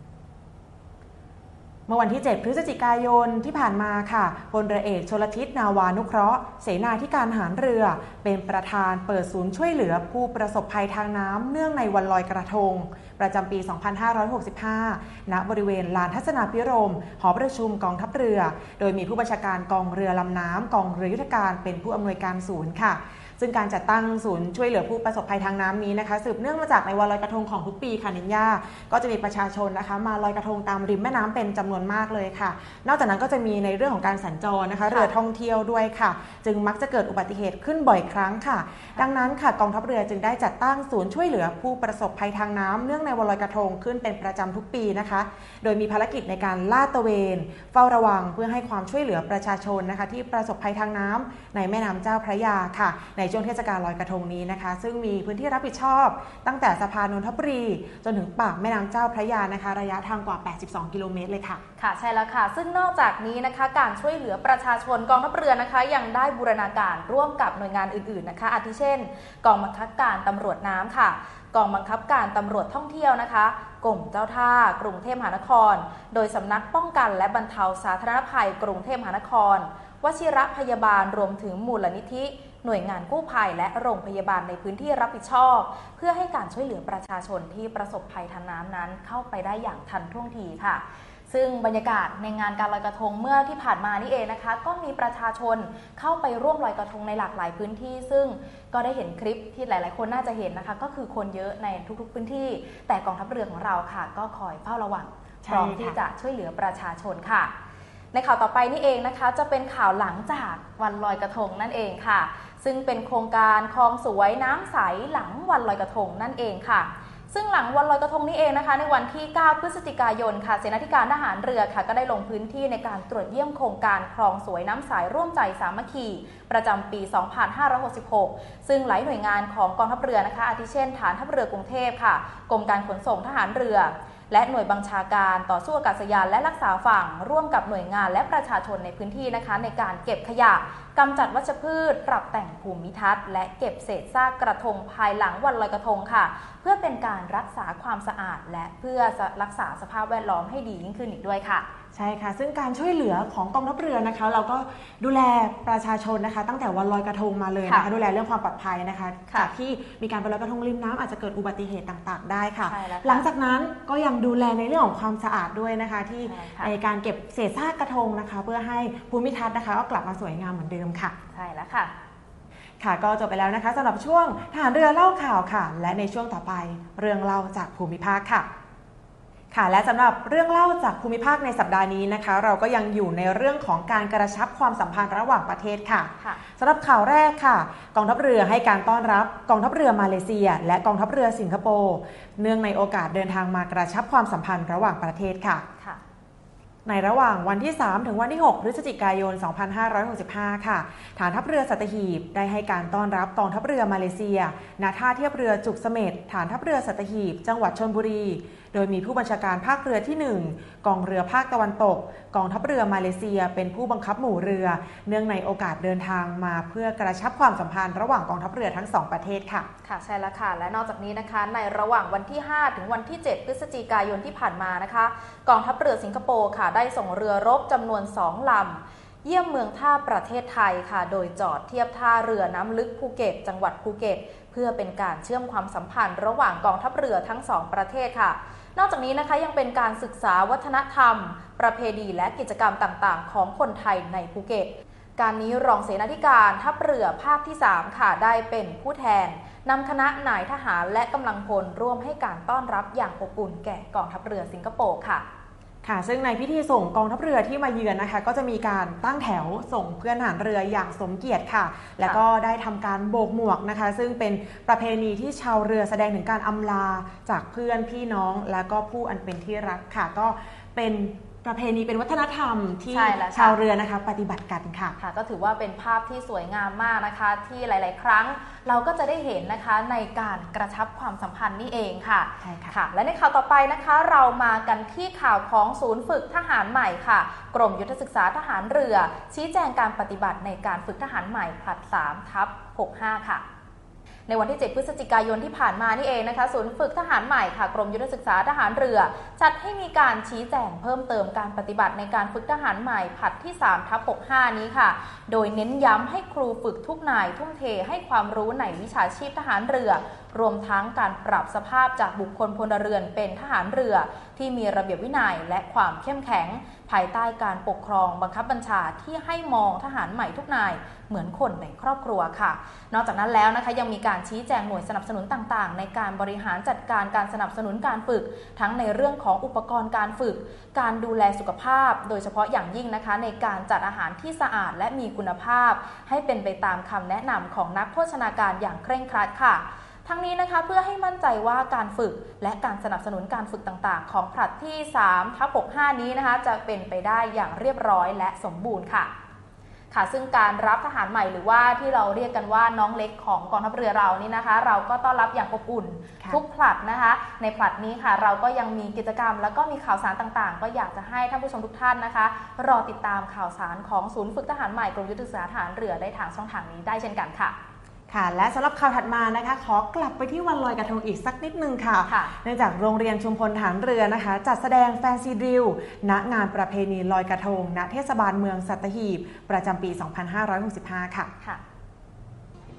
เมื่อวันที่เจ็ดพฤศจิกายนที่ผ่านมาค่ะพลเรือเอกชลทิศนาวานุเคราะห์เสนาธิการทหารเรือเป็นประธานเปิดศูนย์ช่วยเหลือผู้ประสบภัยทางน้ำเนื่องในวันลอยกระทงประจำปีสองพันห้าร้อยหกสิบห้าณบริเวณลานทัศนาพิรมหอประชุมกองทัพเรือโดยมีผู้บัญชาการกองเรือลำน้ำกองเรือยุทธการเป็นผู้อำนวยการศูนย์ค่ะซึ่งการจัดตั้งศูนย์ช่วยเหลือผู้ประสบภัยทางน้ำนี้นะคะสืบเนื่องมาจากในวันลอยกระทงของทุกปีค่ะนิญญาก็จะมีประชาชนนะคะมาลอยกระทงตามริมแม่น้ำเป็นจำนวนมากเลยค่ะนอกจากนั้นก็จะมีในเรื่องของการสัญจรนะคะเรือท่องเที่ยวด้วยค่ะจึงมักจะเกิดอุบัติเหตุขึ้นบ่อยครั้งค่ะดังนั้นค่ะกองทัพเรือจึงได้จัดตั้งศูนย์ช่วยเหลือผู้ประสบภัยทางน้ำเนื่องในวันลอยกระทงขึ้นเป็นประจำทุกปีนะคะโดยมีภารกิจในการลาดตระเวนเฝ้าระวังเพื่อให้ความช่วยเหลือประชาชนนะคะที่ประสบภัยทางน้ำในแม่น้ำเจ้าพระยาค่ะในช่วงเทศกาลลอยกระทงนี้นะคะซึ่งมีพื้นที่รับผิดชอบตั้งแต่สะพานนนทบุรีจนถึงปากแม่น้ำเจ้าพระยานะคะระยะทางกว่าแปดสิบสองกิโลเมตรเลยค่ะค่ะใช่แล้วค่ะซึ่งนอกจากนี้นะคะการช่วยเหลือประชาชนกองทัพเรือนะคะยังได้บูรณาการร่วมกับหน่วยงานอื่นๆนะคะอาทิเช่นกองบังคับการตำรวจน้ำค่ะกองบังคับการตำรวจท่องเที่ยวนะคะกรมเจ้าท่ากรุงเทพมหานครโดยสำนักป้องกันและบรรเทาสาธารณภัยกรุงเทพมหานครวชิรพยาบาลรวมถึงมูลนิธิหน่วยงานกู้ภัยและโรงพยาบาลในพื้นที่รับผิดชอบเพื่อให้การช่วยเหลือประชาชนที่ประสบภัยทางน้ำนั้นเข้าไปได้อย่างทันท่วงทีค่ะซึ่งบรรยากาศในงานการลอยกระทงเมื่อที่ผ่านมานี่เองนะคะก็มีประชาชนเข้าไปร่วมลอยกระทงในหลากหลายพื้นที่ซึ่งก็ได้เห็นคลิปที่หลายๆคนน่าจะเห็นนะคะก็คือคนเยอะในทุกๆพื้นที่แต่กองทัพเรือของเราค่ะก็คอยเฝ้าระวังพร้อมที่จะช่วยเหลือประชาชนค่ะในข่าวต่อไปนี่เองนะคะจะเป็นข่าวหลังจากวันลอยกระทงนั่นเองค่ะซึ่งเป็นโครงการคลองสวยน้ำใสหลังวันลอยกระทงนั่นเองค่ะซึ่งหลังวันลอยกระทงนี้เองนะคะในวันที่เก้าพฤศจิกายนค่ะเสนาธิการทหารเรือค่ะก็ได้ลงพื้นที่ในการตรวจเยี่ยมโครงการคลองสวยน้ำใสร่วมใจสามัคคีประจำปี สองพันห้าร้อยหกสิบหก ซึ่งหลายหน่วยงานของกองทัพเรือนะคะอาทิเช่นฐานทัพเรือกรุงเทพค่ะกรมการขนส่งทหารเรือและหน่วยบัญชาการต่อสู้อากาศยานและรักษาฝั่งร่วมกับหน่วยงานและประชาชนในพื้นที่นะคะในการเก็บขยะกำจัดวัชพืชปรับแต่งภูมิทัศน์และเก็บเศษซากกระทงภายหลังวันลอยกระทงค่ะเพื่อเป็นการรักษาความสะอาดและเพื่อรักษาสภาพแวดล้อมให้ดียิ่งขึ้นอีกด้วยค่ะใช่ค่ะซึ่งการช่วยเหลือของกองทัพเรือนะคะเราก็ดูแลประชาชนนะคะตั้งแต่วันลอยกระทงมาเลยนะคะดูแลเรื่องความปลอดภัยนะคะจากที่มีการไปลอยกระทงริมน้ำอาจจะเกิดอุบัติเหตุต่างๆได้ค่ะหลังจากนั้นก็ยังดูแลในเรื่องของความสะอาดด้วยนะคะที่ในการเก็บเศษซากกระทงนะคะเพื่อให้ภูมิทัศน์นะคะก็กลับมาสวยงามเหมือนเดิมค่ะใช่แล้วค่ะค่ะก็จบไปแล้วนะคะสำหรับช่วงทหารเรือเล่าข่าวค่ะและในช่วงต่อไปเรื่องเล่าจากภูมิภาคค่ะค่ะและสำหรับเรื่องเล่าจากภูมิภาคในสัปดาห์นี้นะคะเราก็ยังอยู่ในเรื่องของการกระชับความสัมพันธ์ระหว่างประเทศค่ะสำหรับข่าวแรกค่ะกองทัพเรือให้การต้อนรับกองทัพเรือมาเลเซียและกองทัพเรือสิงคโปร์เนื่องในโอกาสเดินทางมากระชับความสัมพันธ์ระหว่างประเทศค่ะในระหว่างวันที่สามถึงวันที่หกพฤศจิกายนสองพันห้าร้อยหกสิบห้าค่ะฐานทัพเรือสัตหีบได้ให้การต้อนรับกองทัพเรือมาเลเซียณท่าเทียบเรือจุกเสม็ดฐานทัพเรือสัตหีบจังหวัดชลบุรีโดยมีผู้บัญชาการภาคเรือที่หนึ่งกองเรือภาคตะวันตกกองทัพเรือมาเลเซียเป็นผู้บังคับหมู่เรือเนื่องในโอกาสเดินทางมาเพื่อกระชับความสัมพันธ์ระหว่างกองทัพเรือทั้งสองประเทศค่ะค่ะใช่แล้วค่ะและนอกจากนี้นะคะในระหว่างวันที่ห้าถึงวันที่เจ็ดพฤศจิกายนที่ผ่านมานะคะกองทัพเรือสิงคโปร์ค่ะได้ส่งเรือรบจำนวนสองลำเยี่ยมเมืองท่าประเทศไทยค่ะโดยจอดเทียบท่าเรือน้ำลึกภูเก็ตจังหวัดภูเก็ตเพื่อเป็นการเชื่อมความสัมพันธ์ระหว่างกองทัพเรือทั้งสองประเทศค่ะนอกจากนี้นะคะยังเป็นการศึกษาวัฒนธรรมประเพณีและกิจกรรมต่างๆของคนไทยในภูเก็ตการนี้รองเสนาธิการทัพเรือภาคที่สามค่ะได้เป็นผู้แทนนำคณะนายทหารและกำลังพลร่วมให้การต้อนรับอย่างอบอุ่นแก่กองทัพเรือสิงคโปร์ค่ะค่ะซึ่งในพิธีส่งกองทัพเรือที่มาเยือนนะคะก็จะมีการตั้งแถวส่งเพื่อนทหารเรืออย่างสมเกียรติค่ะแล้วก็ได้ทำการโบกหมวกนะคะซึ่งเป็นประเพณีที่ชาวเรือแสดงถึงการอำลาจากเพื่อนพี่น้องและก็ผู้อันเป็นที่รักค่ะก็เป็นประเพณีเป็นวัฒนธรรมที่ชาวเรือนะคะปฏิบัติกันค่ะค่ะก็ถือว่าเป็นภาพที่สวยงามมากนะคะที่หลายๆครั้งเราก็จะได้เห็นนะคะในการกระชับความสัมพันธ์นี่เองค่ะใช่ค่ะค่ะและในข่าวต่อไปนะคะเรามากันที่ข่าวของศูนย์ฝึกทหารใหม่ค่ะกรมยุทธศึกษาทหารเรือชี้แจงการปฏิบัติในการฝึกทหารใหม่ผลัดสามทับหกสิบห้าค่ะในวันที่เจ็ดพฤศจิกายนที่ผ่านมานี่เองนะคะศูนย์ฝึกทหารใหม่ค่ะกรมยุทธศึกษาทหารเรือจัดให้มีการชี้แจงเพิ่มเติมการปฏิบัติในการฝึกทหารใหม่ผลัดที่สามทับหกสิบห้านี้ค่ะโดยเน้นย้ำให้ครูฝึกทุกนายทุ่มเทให้ความรู้ในวิชาชีพทหารเรือรวมทั้งการปรับสภาพจากบุคคลพลเรือนเป็นทหารเรือที่มีระเบียบวินัยและความเข้มแข็งภายใต้การปกครองบังคับบัญชาที่ให้มองทหารใหม่ทุกนายเหมือนคนในครอบครัวค่ะนอกจากนั้นแล้วนะคะยังมีการชี้แจงหน่วยสนับสนุนต่างๆในการบริหารจัดการการสนับสนุนการฝึกทั้งในเรื่องของอุปกรณ์การฝึกการดูแลสุขภาพโดยเฉพาะอย่างยิ่งนะคะในการจัดอาหารที่สะอาดและมีคุณภาพให้เป็นไปตามคำแนะนำของนักโภชนาการอย่างเคร่งครัดค่ะทั้งนี้นะคะเพื่อให้มั่นใจว่าการฝึกและการสนับสนุนการฝึกต่างๆของผลัดที่สามทับหกสิบห้านี้นะคะจะเป็นไปได้อย่างเรียบร้อยและสมบูรณ์ค่ะค่ะซึ่งการรับทหารใหม่หรือว่าที่เราเรียกกันว่าน้องเล็กของกองทัพเรือเรานี่นะคะเราก็ต้อนรับอย่างอบอุ่นทุกผลัดนะคะในผลัดนี้ค่ะเราก็ยังมีกิจกรรมแล้วก็มีข่าวสารต่างๆก็อยากจะให้ท่านผู้ชมทุกท่านนะคะรอติดตามข่าวสารของศูนย์ฝึกทหารใหม่กรมยุทธศึกษาทหารเรือได้ทางช่องทางนี้ได้เช่นกันค่ะค่ะและสำหรับข่าวถัดมานะคะขอกลับไปที่วันลอยกระทงอีกสักนิดนึงค่ะเนื่องจากโรงเรียนชุมพลทหารเรือนะคะจัดแสดงแฟนซีดริลณงานประเพณีลอยกระทงณเทศบาลเมืองสัตหีบประจำปีสองพันห้าร้อยหกสิบห้าค่ะ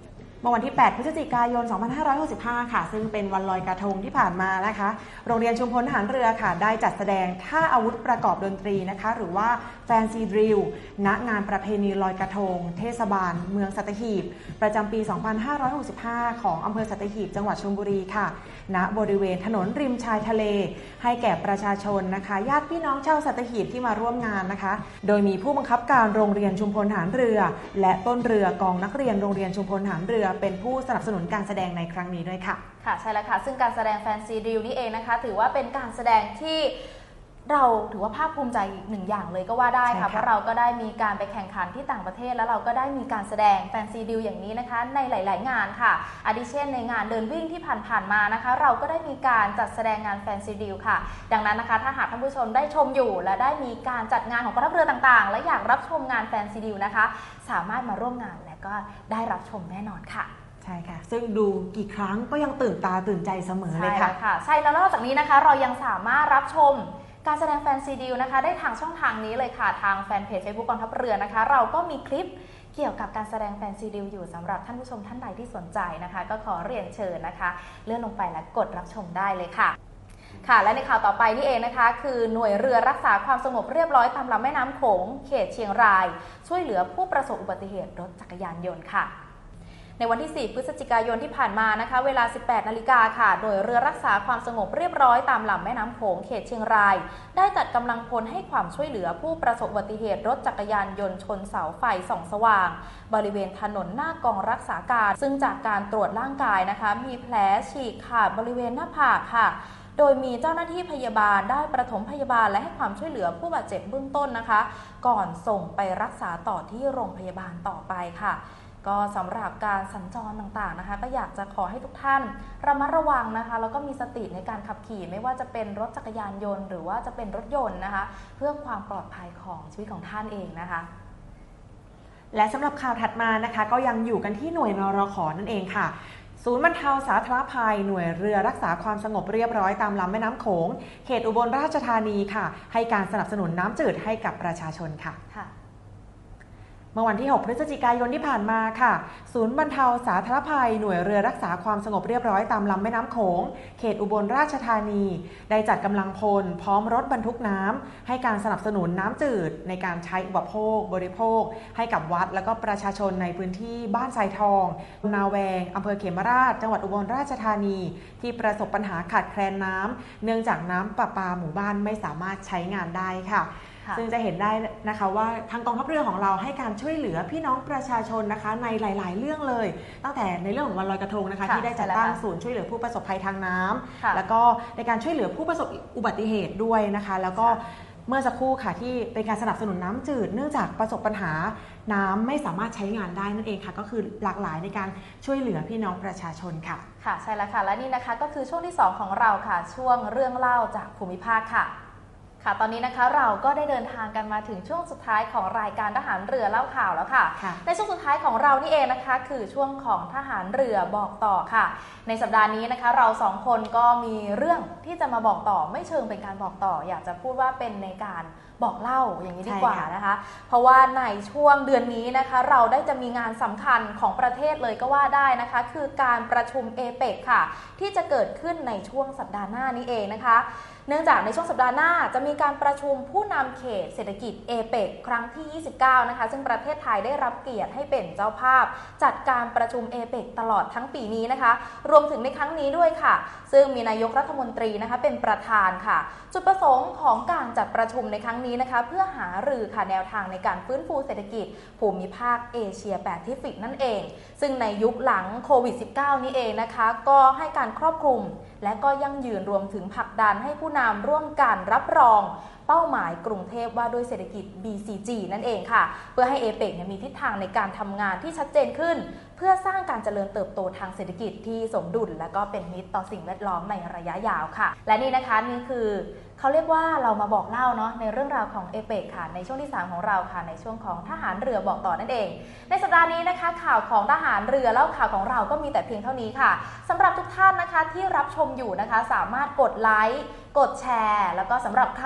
เมื่อวันที่ แปด พฤศจิกายน สองพันห้าร้อยหกสิบห้า ค่ะซึ่งเป็นวันลอยกระทงที่ผ่านมานะคะโรงเรียนชุมพลทหารเรือค่ะได้จัดแสดงท่าอาวุธประกอบดนตรีนะคะหรือว่าแฟนซีดริลณงานประเพณีลอยกระทงเทศบาลเมืองสัตหีบประจำปี สองพันห้าร้อยหกสิบห้า ของอำเภอสัตหีบจังหวัดชลบุรีค่ะณบริเวณถนนริมชายทะเลให้แก่ประชาชนนะคะญาติพี่น้องชาวสัตหีบที่มาร่วมงานนะคะโดยมีผู้บังคับการโรงเรียนชุมพลทหารเรือและต้นเรือกองนักเรียนโรงเรียนชุมพลทหารเรือเป็นผู้สนับสนุนการแสดงในครั้งนี้ด้วยค่ะค่ะใช่แล้วค่ะซึ่งการแสดงแฟนซีดิลนี่เองนะคะถือว่าเป็นการแสดงที่เราถือว่าภาคภูมิใจหนึ่งอย่างเลยก็ว่าได้ค่ะเพราะเราก็ได้มีการไปแข่งขันที่ต่างประเทศแล้วเราก็ได้มีการแสดงแฟนซีดิลอย่างนี้นะคะในหลายๆงานค่ะอาทิเช่นในงานเดินวิ่งที่ผ่านๆมานะคะเราก็ได้มีการจัดแสดงงานแฟนซีดิลค่ะดังนั้นนะคะถ้าหากท่านผู้ชมได้ชมอยู่และได้มีการจัดงานของกองทัพเรือต่างๆและอยากรับชมงานแฟนซีดิลนะคะสามารถมาร่วมงานและก็ได้รับชมแน่นอนค่ะใช่ค่ะซึ่งดูกี่ครั้งก็ยังตื่นตาตื่นใจเสมอเลยค่ะใช่ค่ะใช่แล้วนอกจากนี้นะคะเรายังสามารถรับชมการแสดงแฟนซีดิลนะคะได้ทางช่องทางนี้เลยค่ะทางแฟนเพจ Facebook กองทัพเรือนะคะเราก็มีคลิปเกี่ยวกับการแสดงแฟนซีดิลอยู่สำหรับท่านผู้ชมท่านใดที่สนใจนะคะก็ขอเรียนเชิญนะคะเลื่อนลงไปและกดรับชมได้เลยค่ะค่ะและในข่าวต่อไปนี่เองนะคะคือหน่วยเรือรักษาความสงบเรียบร้อยตามลำแม่น้ำโขงเขตเชียงรายช่วยเหลือผู้ประสบอุบัติเหตุรถจักรยานยนต์ค่ะในวันที่ สี่ พฤศจิกายนที่ผ่านมานะคะเวลา สิบแปด นาฬิกาค่ะหน่วยเรือรักษาความสงบเรียบร้อยตามลำแม่น้ำโขงเขตเชียงรายได้จัดกำลังพลให้ความช่วยเหลือผู้ประสบอุบัติเหตุรถจักรยานยนต์ชนเสาไฟส่องสว่างบริเวณถนนหน้ากองรักษาการซึ่งจากการตรวจร่างกายนะคะมีแผลฉีกขาดบริเวณหน้าผากค่ะโดยมีเจ้าหน้าที่พยาบาลได้ประถมพยาบาลและให้ความช่วยเหลือผู้บาดเจ็บเบื้องต้นนะคะก่อนส่งไปรักษาต่อที่โรงพยาบาลต่อไปค่ะก็สำหรับการสัญจรต่างๆนะคะก็อยากจะขอให้ทุกท่านระมัดระวังนะคะแล้วก็มีสติในการขับขี่ไม่ว่าจะเป็นรถจักรยานยนต์หรือว่าจะเป็นรถยนต์นะคะเพื่อความปลอดภัยของชีวิตของท่านเองนะคะและสำหรับข่าวถัดมานะคะก็ยังอยู่กันที่หน่วยนรข.นั่นเองค่ะศูนย์บรรเทาสาธารณภัยหน่วยเรือรักษาความสงบเรียบร้อยตามลำแม่น้ำโขงเขตอุบลราชธานีค่ะให้การสนับสนุนน้ำจืดให้กับประชาชนค่ะเมื่อวันที่ หก พฤศจิกายนที่ผ่านมาค่ะศูนย์บรรเทาสาธารณภัยหน่วยเรือรักษาความสงบเรียบร้อยตามลำแม่น้ำโขงเขตอุบลราชธานีได้จัดกำลังพลพร้อมรถบรรทุกน้ำให้การสนับสนุนน้ำจืดในการใช้อุปโภคบริโภคให้กับวัดและก็ประชาชนในพื้นที่บ้านทรายทองนาแวงอำเภอเขมราชจังหวัดอุบลราชธานีที่ประสบปัญหาขาดแคลนน้ำเนื่องจากน้ำประปาหมู่บ้านไม่สามารถใช้งานได้ค่ะซึ่งจะเห็นได้นะคะว่าทางกองทัพเรือของเราให้การช่วยเหลือพี่น้องประชาชนนะคะในหลายๆเรื่องเลยตั้งแต่ในเรื่องของวันลอยกระทงนะคะที่ได้จัดตั้งศูนย์ช่วยเหลือผู้ประสบภัยทางน้ำแล้วก็ในการช่วยเหลือผู้ประสบอุบัติเหตุด้วยนะคะแล้วก็เมื่อสักครู่ค่ะที่เป็นการสนับสนุนน้ำจืดเนื่องจากประสบปัญหาน้ำไม่สามารถใช้งานได้นั่นเองค่ะก็คือหลากหลายในการช่วยเหลือพี่น้องประชาชนค่ะค่ะใช่แล้วค่ะและนี่นะคะก็คือช่วงที่สองของเราค่ะช่วงเรื่องเล่าจากภูมิภาคค่ะค่ะตอนนี้นะคะเราก็ได้เดินทางกันมาถึงช่วงสุดท้ายของรายการทหารเรือเล่าข่าวแล้วค่ะในช่วงสุดท้ายของเรานี่เองนะคะคือช่วงของทหารเรือบอกต่อค่ะในสัปดาห์นี้นะคะเราสองคนก็มีเรื่องที่จะมาบอกต่อไม่เชิงเป็นการบอกต่ออยากจะพูดว่าเป็นในการบอกเล่าอย่างนี้ดีกว่านะคะเพราะว่าในช่วงเดือนนี้นะคะเราได้จะมีงานสำคัญของประเทศเลยก็ว่าได้นะคะคือการประชุมเอเปกค่ะที่จะเกิดขึ้นในช่วงสัปดาห์หน้านี้เองนะคะเนื่องจากในช่วงสัปดาห์หน้าจะมีการประชุมผู้นำเขตเศรษฐกิจเอเปกครั้งที่ยี่สิบเก้านะคะซึ่งประเทศไทยได้รับเกียรติให้เป็นเจ้าภาพจัดการประชุมเอเปกตลอดทั้งปีนี้นะคะรวมถึงในครั้งนี้ด้วยค่ะซึ่งมีนายกรัฐมนตรีนะคะเป็นประธานค่ะจุดประสงค์ของการจัดประชุมในครั้งนี้นะคะเพื่อหารือค่ะแนวทางในการฟื้นฟูเศรษฐกิจภูมิภาคเอเชียแปซิฟิกนั่นเองซึ่งในยุคหลังโควิด สิบเก้า นี้เองนะคะก็ให้การครอบคลุมและก็ยั่งยืนรวมถึงผลักดันให้ผู้นำร่วมกันรับรองเป้าหมายกรุงเทพว่าด้วยเศรษฐกิจ บี ซี จี นั่นเองค่ะเพื่อให้เอเปกมีทิศทางในการทำงานที่ชัดเจนขึ้นเพื่อสร้างการเจริญเติบโตทางเศรษฐกิจที่สมดุลและก็เป็นมิตรต่อสิ่งแวดล้อมในระยะยาวค่ะและนี่นะคะนี่คือเขาเรียกว่าเรามาบอกเล่าเนาะในเรื่องราวของเอเปกค่ะในช่วงที่สามของเราค่ะในช่วงของทหารเรือบอกต่อนั่นเองในสัปดาห์นี้นะคะข่าวของทหารเรือเล่าข่าวของเราก็มีแต่เพียงเท่านี้ค่ะสำหรับทุกท่านนะคะที่รับชมอยู่นะคะสามารถกดไลค์กดแชร์แล้วก็สำหรับใครนะคะที่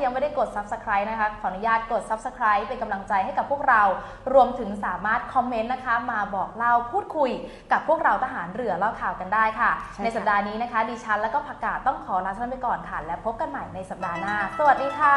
ยังไม่ได้กด ซับสไครบ์ นะคะขออนุญาตกด ซับสไครบ์ เป็นกำลังใจให้กับพวกเรารวมถึงสามารถคอมเมนต์นะคะมาบอกเล่าพูดคุยกับพวกเราทหารเรือเล่าข่าวกันได้ค่ะใช่ค่ะในสัปดาห์นี้นะคะดิฉันและก็ผักกาดต้องขอลาท่านไปก่อนค่ะและพบกันใหม่ในสัปดาห์หน้าสวัสดีค่ะ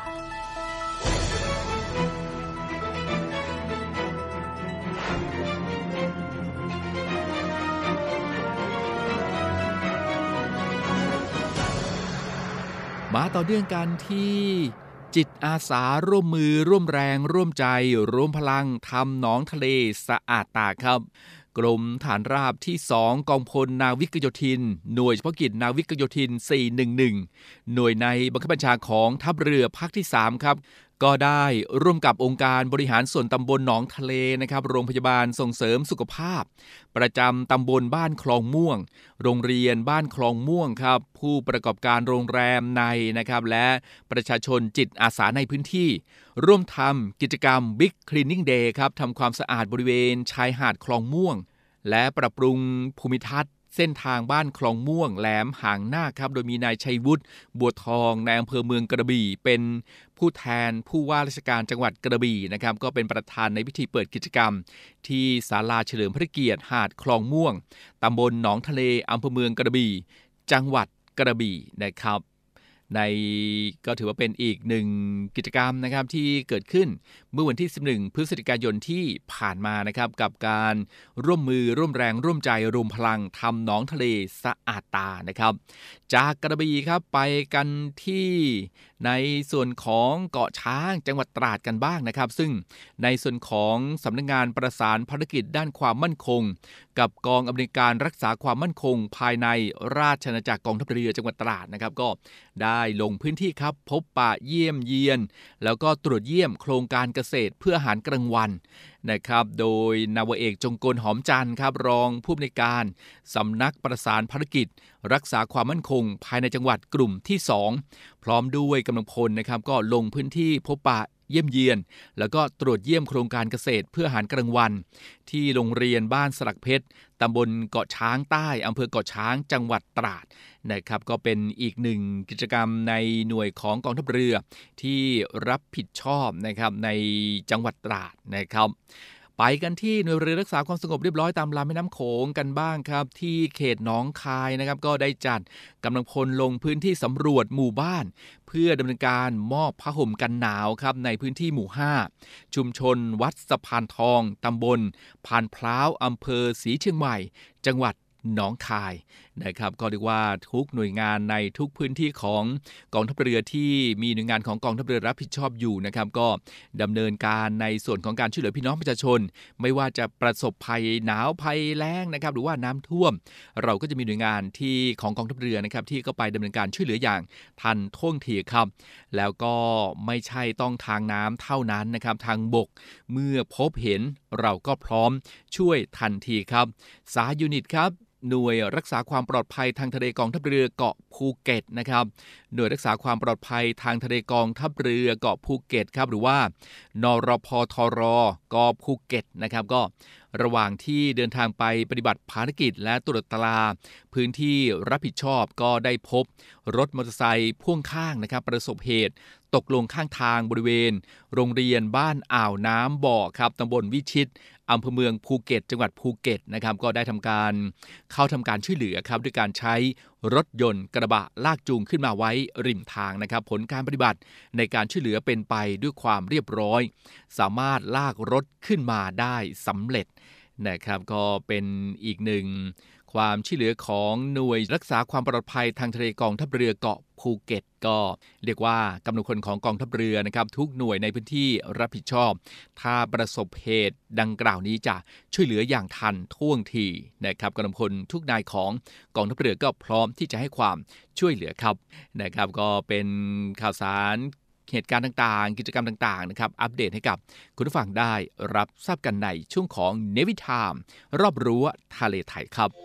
มาต่อเนื่องกันที่จิตอาสาร่วมมือร่วมแรงร่วมใจร่วมพลังทำหนองทะเลสะอาดตาครับกรมฐานราบที่สองกองพลนาวิกโยธินหน่วยเฉพาะกิจนาวิกโยธินสี่หนึ่งหนึ่งหน่วยในบังคับบัญชาของทัพเรือภาคที่สามครับก็ได้ร่วมกับองค์การบริหารส่วนตำบลหนองทะเลนะครับโรงพยาบาลส่งเสริมสุขภาพประจำตำบลบ้านคลองม่วงโรงเรียนบ้านคลองม่วงครับผู้ประกอบการโรงแรมในนะครับและประชาชนจิตอาสาในพื้นที่ร่วมทำกิจกรรม Big Cleaning Day ครับทำความสะอาดบริเวณชายหาดคลองม่วงและปรับปรุงภูมิทัศน์เส้นทางบ้านคลองม่วงแหลมหางนาคครับโดยมีนายชัยวุฒิบัวทองในอำเภอเมืองกระบี่เป็นผู้แทนผู้ว่าราชการจังหวัดกระบี่นะครับก็เป็นประธานในพิธีเปิดกิจกรรมที่ศาลาเฉลิมพระเกียรติหาดคลองม่วงตำบลหนองทะเลอำเภอเมืองกระบี่จังหวัดกระบี่นะครับในก็ถือว่าเป็นอีกหนึ่งกิจกรรมนะครับที่เกิดขึ้นเมื่อวันที่สิบเอ็ดพฤศจิกายนที่ผ่านมานะครับกับการร่วมมือร่วมแรงร่วมใจรวมพลังทำหนองทะเลสะอาดตานะครับจากกระบี่ครับไปกันที่ในส่วนของเกาะช้างจังหวัดตราดกันบ้างนะครับซึ่งในส่วนของสำนักงานประสานภารกิจด้านความมั่นคงกับกองอำนวยการรักษาความมั่นคงภายในราชอาณาจักรกองทัพเรือจังหวัดตราดนะครับก็ได้ลงพื้นที่ครับพบปะเยี่ยมเยียนแล้วก็ตรวจเยี่ยมโครงการเกษตรเพื่ออาหารกลางวันนะครับโดยนาวาเอกจงกลหอมจันทร์ครับรองผู้อำนวยการสำนักประสานภารกิจรักษาความมั่นคงภายในจังหวัดกลุ่มที่สองพร้อมด้วยกำลังพลนะครับก็ลงพื้นที่พบปะเยี่ยมเยียนแล้วก็ตรวจเยี่ยมโครงการเกษตรเพื่ออาหารกลางวันที่โรงเรียนบ้านสลักเพชรตำบลเกาะช้างใต้อำเภอเกาะช้างจังหวัดตราดนะครับก็เป็นอีกหนึ่งกิจกรรมในหน่วยของกองทัพเรือที่รับผิดชอบนะครับในจังหวัดตราดนะครับไปกันที่หน่วยเรือรักษาความสงบเรียบร้อยตามลำแม่น้ำโขงกันบ้างครับที่เขตหนองคายนะครับก็ได้จัดกำลังพลลงพื้นที่สำรวจหมู่บ้านเพื่อดำเนินการมอบผ้าห่มกันหนาวครับในพื้นที่หมู่ห้าชุมชนวัดสะพานทองตำบลพานพร้าวอำเภอศรีเชียงใหม่จังหวัดหนองคายนะครับก็เรียกว่าทุกหน่วยงานในทุกพื้นที่ของกองทัพเรือที่มีหน่วยงานของกองทัพเรือรับผิดชอบอยู่นะครับก็ดำเนินการในส่วนของการช่วยเหลือพี่น้องประชาชนไม่ว่าจะประสบภัยหนาวภัยแล้งนะครับหรือว่าน้ำท่วมเราก็จะมีหน่วยงานที่ของกองทัพเรือนะครับที่ก็ไปดำเนินการช่วยเหลืออย่างทันท่วงทีครับแล้วก็ไม่ใช่ต้องทางน้ำเท่านั้นนะครับทางบกเมื่อพบเห็นเราก็พร้อมช่วยทันทีครับสายูนิตครับหน่วยรักษาความปลอดภัยทางทะเลกองทัพเรือเกาะภูเก็ตนะครับหน่วยรักษาความปลอดภัยทางทะเลกองทัพเรือเกาะภูเก็ตครับหรือว่านรพทรกภูเก็ตนะครับก็ระหว่างที่เดินทางไปปฏิบัติภารกิจและตรวจตราพื้นที่รับผิดชอบก็ได้พบรถมอเตอร์ไซค์พ่วงข้างนะครับประสบเหตุตกลงข้างทางบริเวณโรงเรียนบ้านอ่าวน้ำบ่อครับตำบลวิชิตอำเภอเมืองภูเก็ตจังหวัดภูเก็ตนะครับก็ได้ทำการเข้าทำการช่วยเหลือครับด้วยการใช้รถยนต์กระบะลากจูงขึ้นมาไว้ริมทางนะครับผลการปฏิบัติในการช่วยเหลือเป็นไปด้วยความเรียบร้อยสามารถลากรถขึ้นมาได้สำเร็จนะครับก็เป็นอีกหนึ่งความช่วยเหลือของหน่วยรักษาความปลอดภัยทางทะเลกองทัพเรือเกาะภูเก็ตก็เรียกว่ากำลังพลของกองทัพเรือนะครับทุกหน่วยในพื้นที่รับผิดชอบถ้าประสบเหตุดังกล่าวนี้จะช่วยเหลืออย่างทันท่วงทีนะครับกำลังพลทุกนายของกองทัพเรือก็พร้อมที่จะให้ความช่วยเหลือครับนะครับก็เป็นข่าวสารเหตุการณ์ต่างๆกิจกรรมต่างๆนะครับอัปเดตให้กับคุณผู้ฟังได้รับทราบกันในช่วงของ Navy Time รอบรั้วทะเลไทยครับ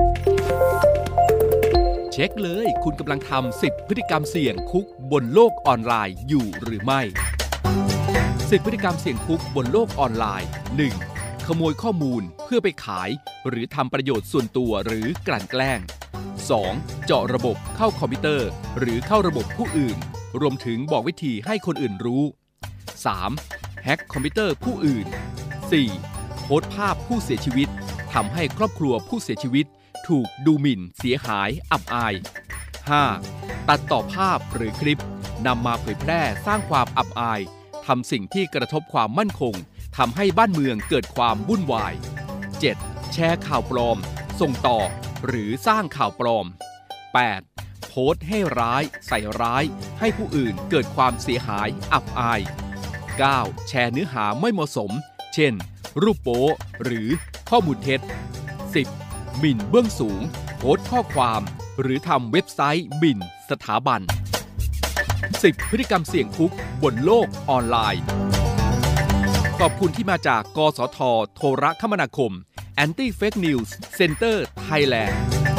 เช็คเลยคุณกำลังทำสิบพฤติกรรมเสี่ยงคุกบนโลกออนไลน์อยู่หรือไม่สิบพฤติกรรมเสี่ยงคุกบนโลกออนไลน์ หนึ่ง ขโมยข้อมูลเพื่อไปขายหรือทำประโยชน์ส่วนตัวหรือกลั่นแกล้ง สอง เจาะระบบเข้าคอมพิวเตอร์หรือเข้าระบบผู้อื่นรวมถึงบอกวิธีให้คนอื่นรู้ สาม. แฮ็กคอมพิวเตอร์ผู้อื่น สี่. โพสต์ภาพผู้เสียชีวิตทำให้ครอบครัวผู้เสียชีวิตถูกดูหมิ่นเสียหายอับอาย ห้า. ตัดต่อภาพหรือคลิปนำมาเผยแพร่สร้างความอับอายทำสิ่งที่กระทบความมั่นคงทำให้บ้านเมืองเกิดความวุ่นวาย เจ็ด. แชร์ข่าวปลอมส่งต่อหรือสร้างข่าวปลอม แปด. โพสต์ให้ร้ายใส่ร้ายให้ผู้อื่นเกิดความเสียหายอับอาย เก้า. แชร์เนื้อหาไม่เหมาะสมเช่นรูปโป๊หรือข้อมูลเท็จ สิบ. หมิ่นเบื้องสูงโพสต์ข้อความหรือทำเว็บไซต์หมิ่นสถาบัน สิบ. พฤติกรรมเสี่ยงคุกบนโลกออนไลน์ขอบคุณที่มาจากกสทโทรคมนาคม Anti Fake News Center Thailand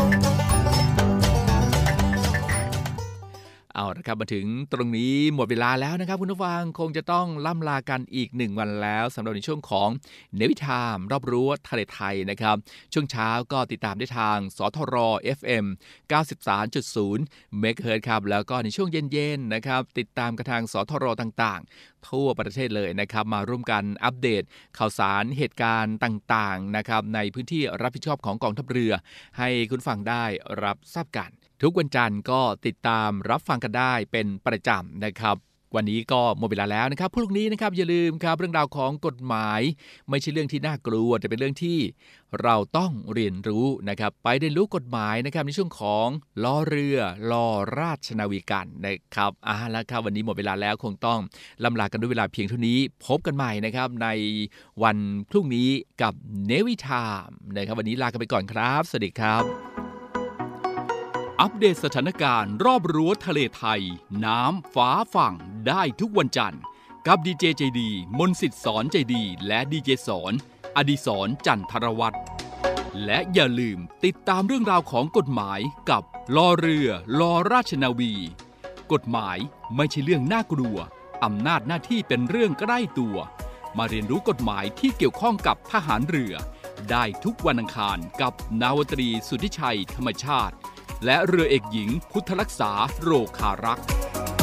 เอาละครับมาถึงตรงนี้หมดเวลาแล้วนะครับคุณผู้ฟังคงจะต้องล่ำลากันอีกหนึ่งวันแล้วสำหรับในช่วงของเนวิทามรอบรั้วทะเลไทยนะครับช่วงเช้าก็ติดตามได้ทางสทร เอฟ เอ็ม เก้าสิบสามจุดศูนย์ เมกะเฮิรตซ์ครับแล้วก็ในช่วงเย็นๆนะครับติดตามกับทางสทรต่างๆทั่วประเทศเลยนะครับมาร่วมกันอัปเดตข่าวสารเหตุการณ์ต่างๆนะครับในพื้นที่รับผิดชอบของกองทัพเรือให้คุณฟังได้รับทราบกันทุกวันจันทร์ก็ติดตามรับฟังกันได้เป็นประจำนะครับวันนี้ก็หมดเวลาแล้วนะครับพรุ่งนี้นะครับอย่าลืมครับเรื่องราวของกฎหมายไม่ใช่เรื่องที่น่ากลัวแต่เป็นเรื่องที่เราต้องเรียนรู้นะครับไปเรียนรู้กฎหมายนะครับในช่วงของล้อเรือลอราชนาวีกันนะครับอ่าแล้วครับวันนี้หมดเวลาแล้วคงต้องล่ำลากันด้วยเวลาเพียงเท่านี้พบกันใหม่นะครับในวันพรุ่งนี้กับเนวิทามนะครับวันนี้ลากันไปก่อนครับสวัสดีครับอัปเดตสถานการณ์รอบรั้วทะเลไทยน้ำฟ้าฝั่งได้ทุกวันจันทร์กับดีเจใจดีมนต์สิทธิ์สอนใจดีและดีเจสอนอดิศรจันทรวัฒน์และอย่าลืมติดตามเรื่องราวของกฎหมายกับลอเรือลอราชนาวีกฎหมายไม่ใช่เรื่องน่ากลัวอำนาจหน้าที่เป็นเรื่องใกล้ตัวมาเรียนรู้กฎหมายที่เกี่ยวข้องกับทหารเรือได้ทุกวันอังคารกับนาวตรีสุทธิชัยธรรมชาติและเรือเอกหญิงพุทธรักษาโรคารักษ์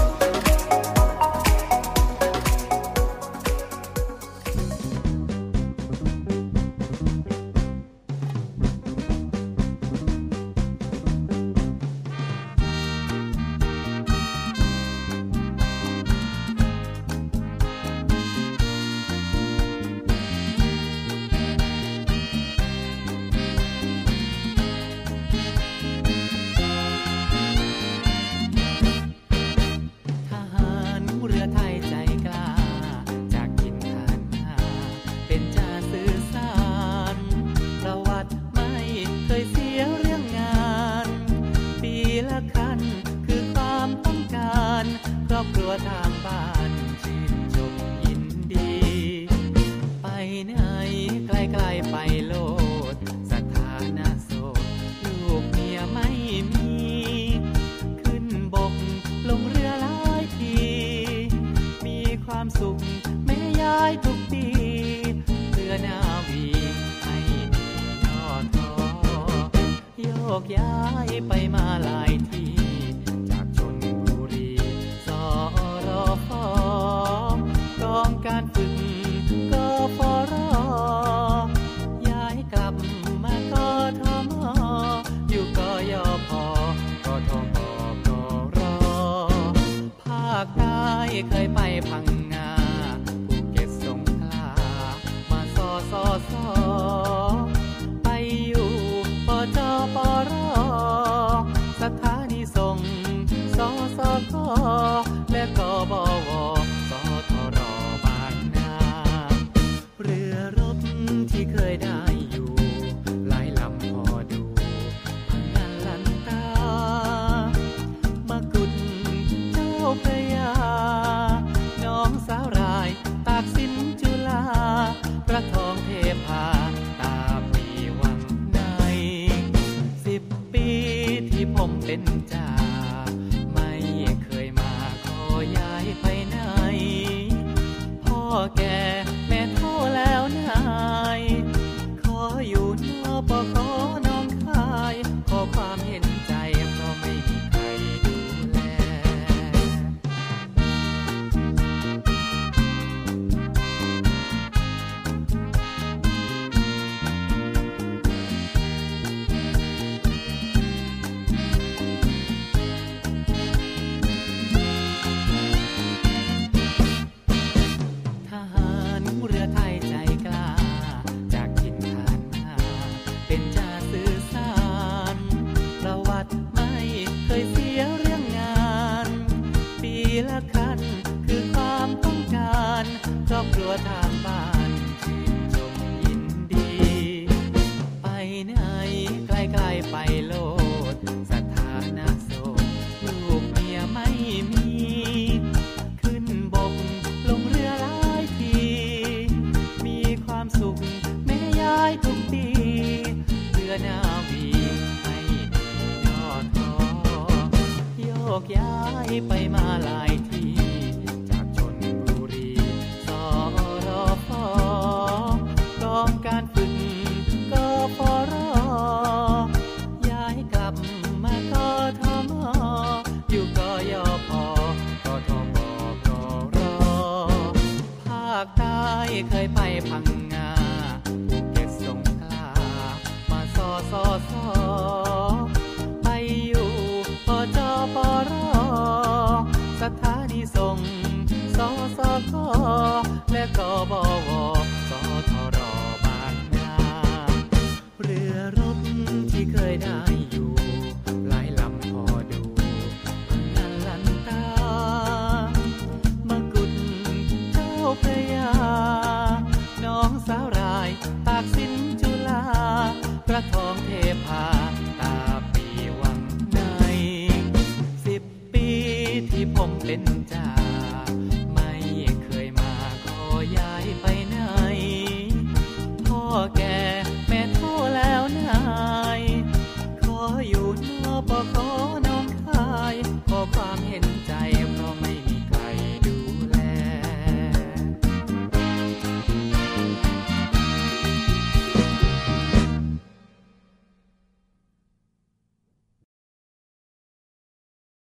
ย้ายไปมาหลายที่จากชลบุรีสรฟกองการฝึกกฟรย้ายกลับมากทมอยู่กยพกทมกรภาคใต้เคยไปพังงาภูเก็ตสงขลามาสสสไปอยู่ปจปรสถานีส่งสสกและกบวสทรบ้านนาเรือรบที่เคยได้อยู่หลายลำพอดูพังงานลันตามากุฎเจ้าพระยาน้องสาวรายตากสินจุฬาพระทองเทพาตาปีวังในสิบปีที่ผมเป็นจ่าไม่เคยมาขอย้ายไปไหนพ่อแก่แม่เฒ่าแล้วนายขออยู่นปขน้องคายขอความเห็นใจเพราะไม่มีใครดูแลโลดสถานะโสดลูกเมียไม่มีขึ้นบกลงเรือหลายทีมีความสุขแม่ย้ายทุกปีเรือนาวีให้ยอดท้อโยกย้ายไปมาหลายทีจากชลบุรีสรฟกองการฝึกกฟรย้ายกลับมากทมอยู่กยพกทบกรภาคใต้เคยไปพังงาภูเก็ตสงขลามาสอสอสอไปอยู่ปจปรสถานีส่งสสกและกบวสทรบางนาเรือรบที่เคยได้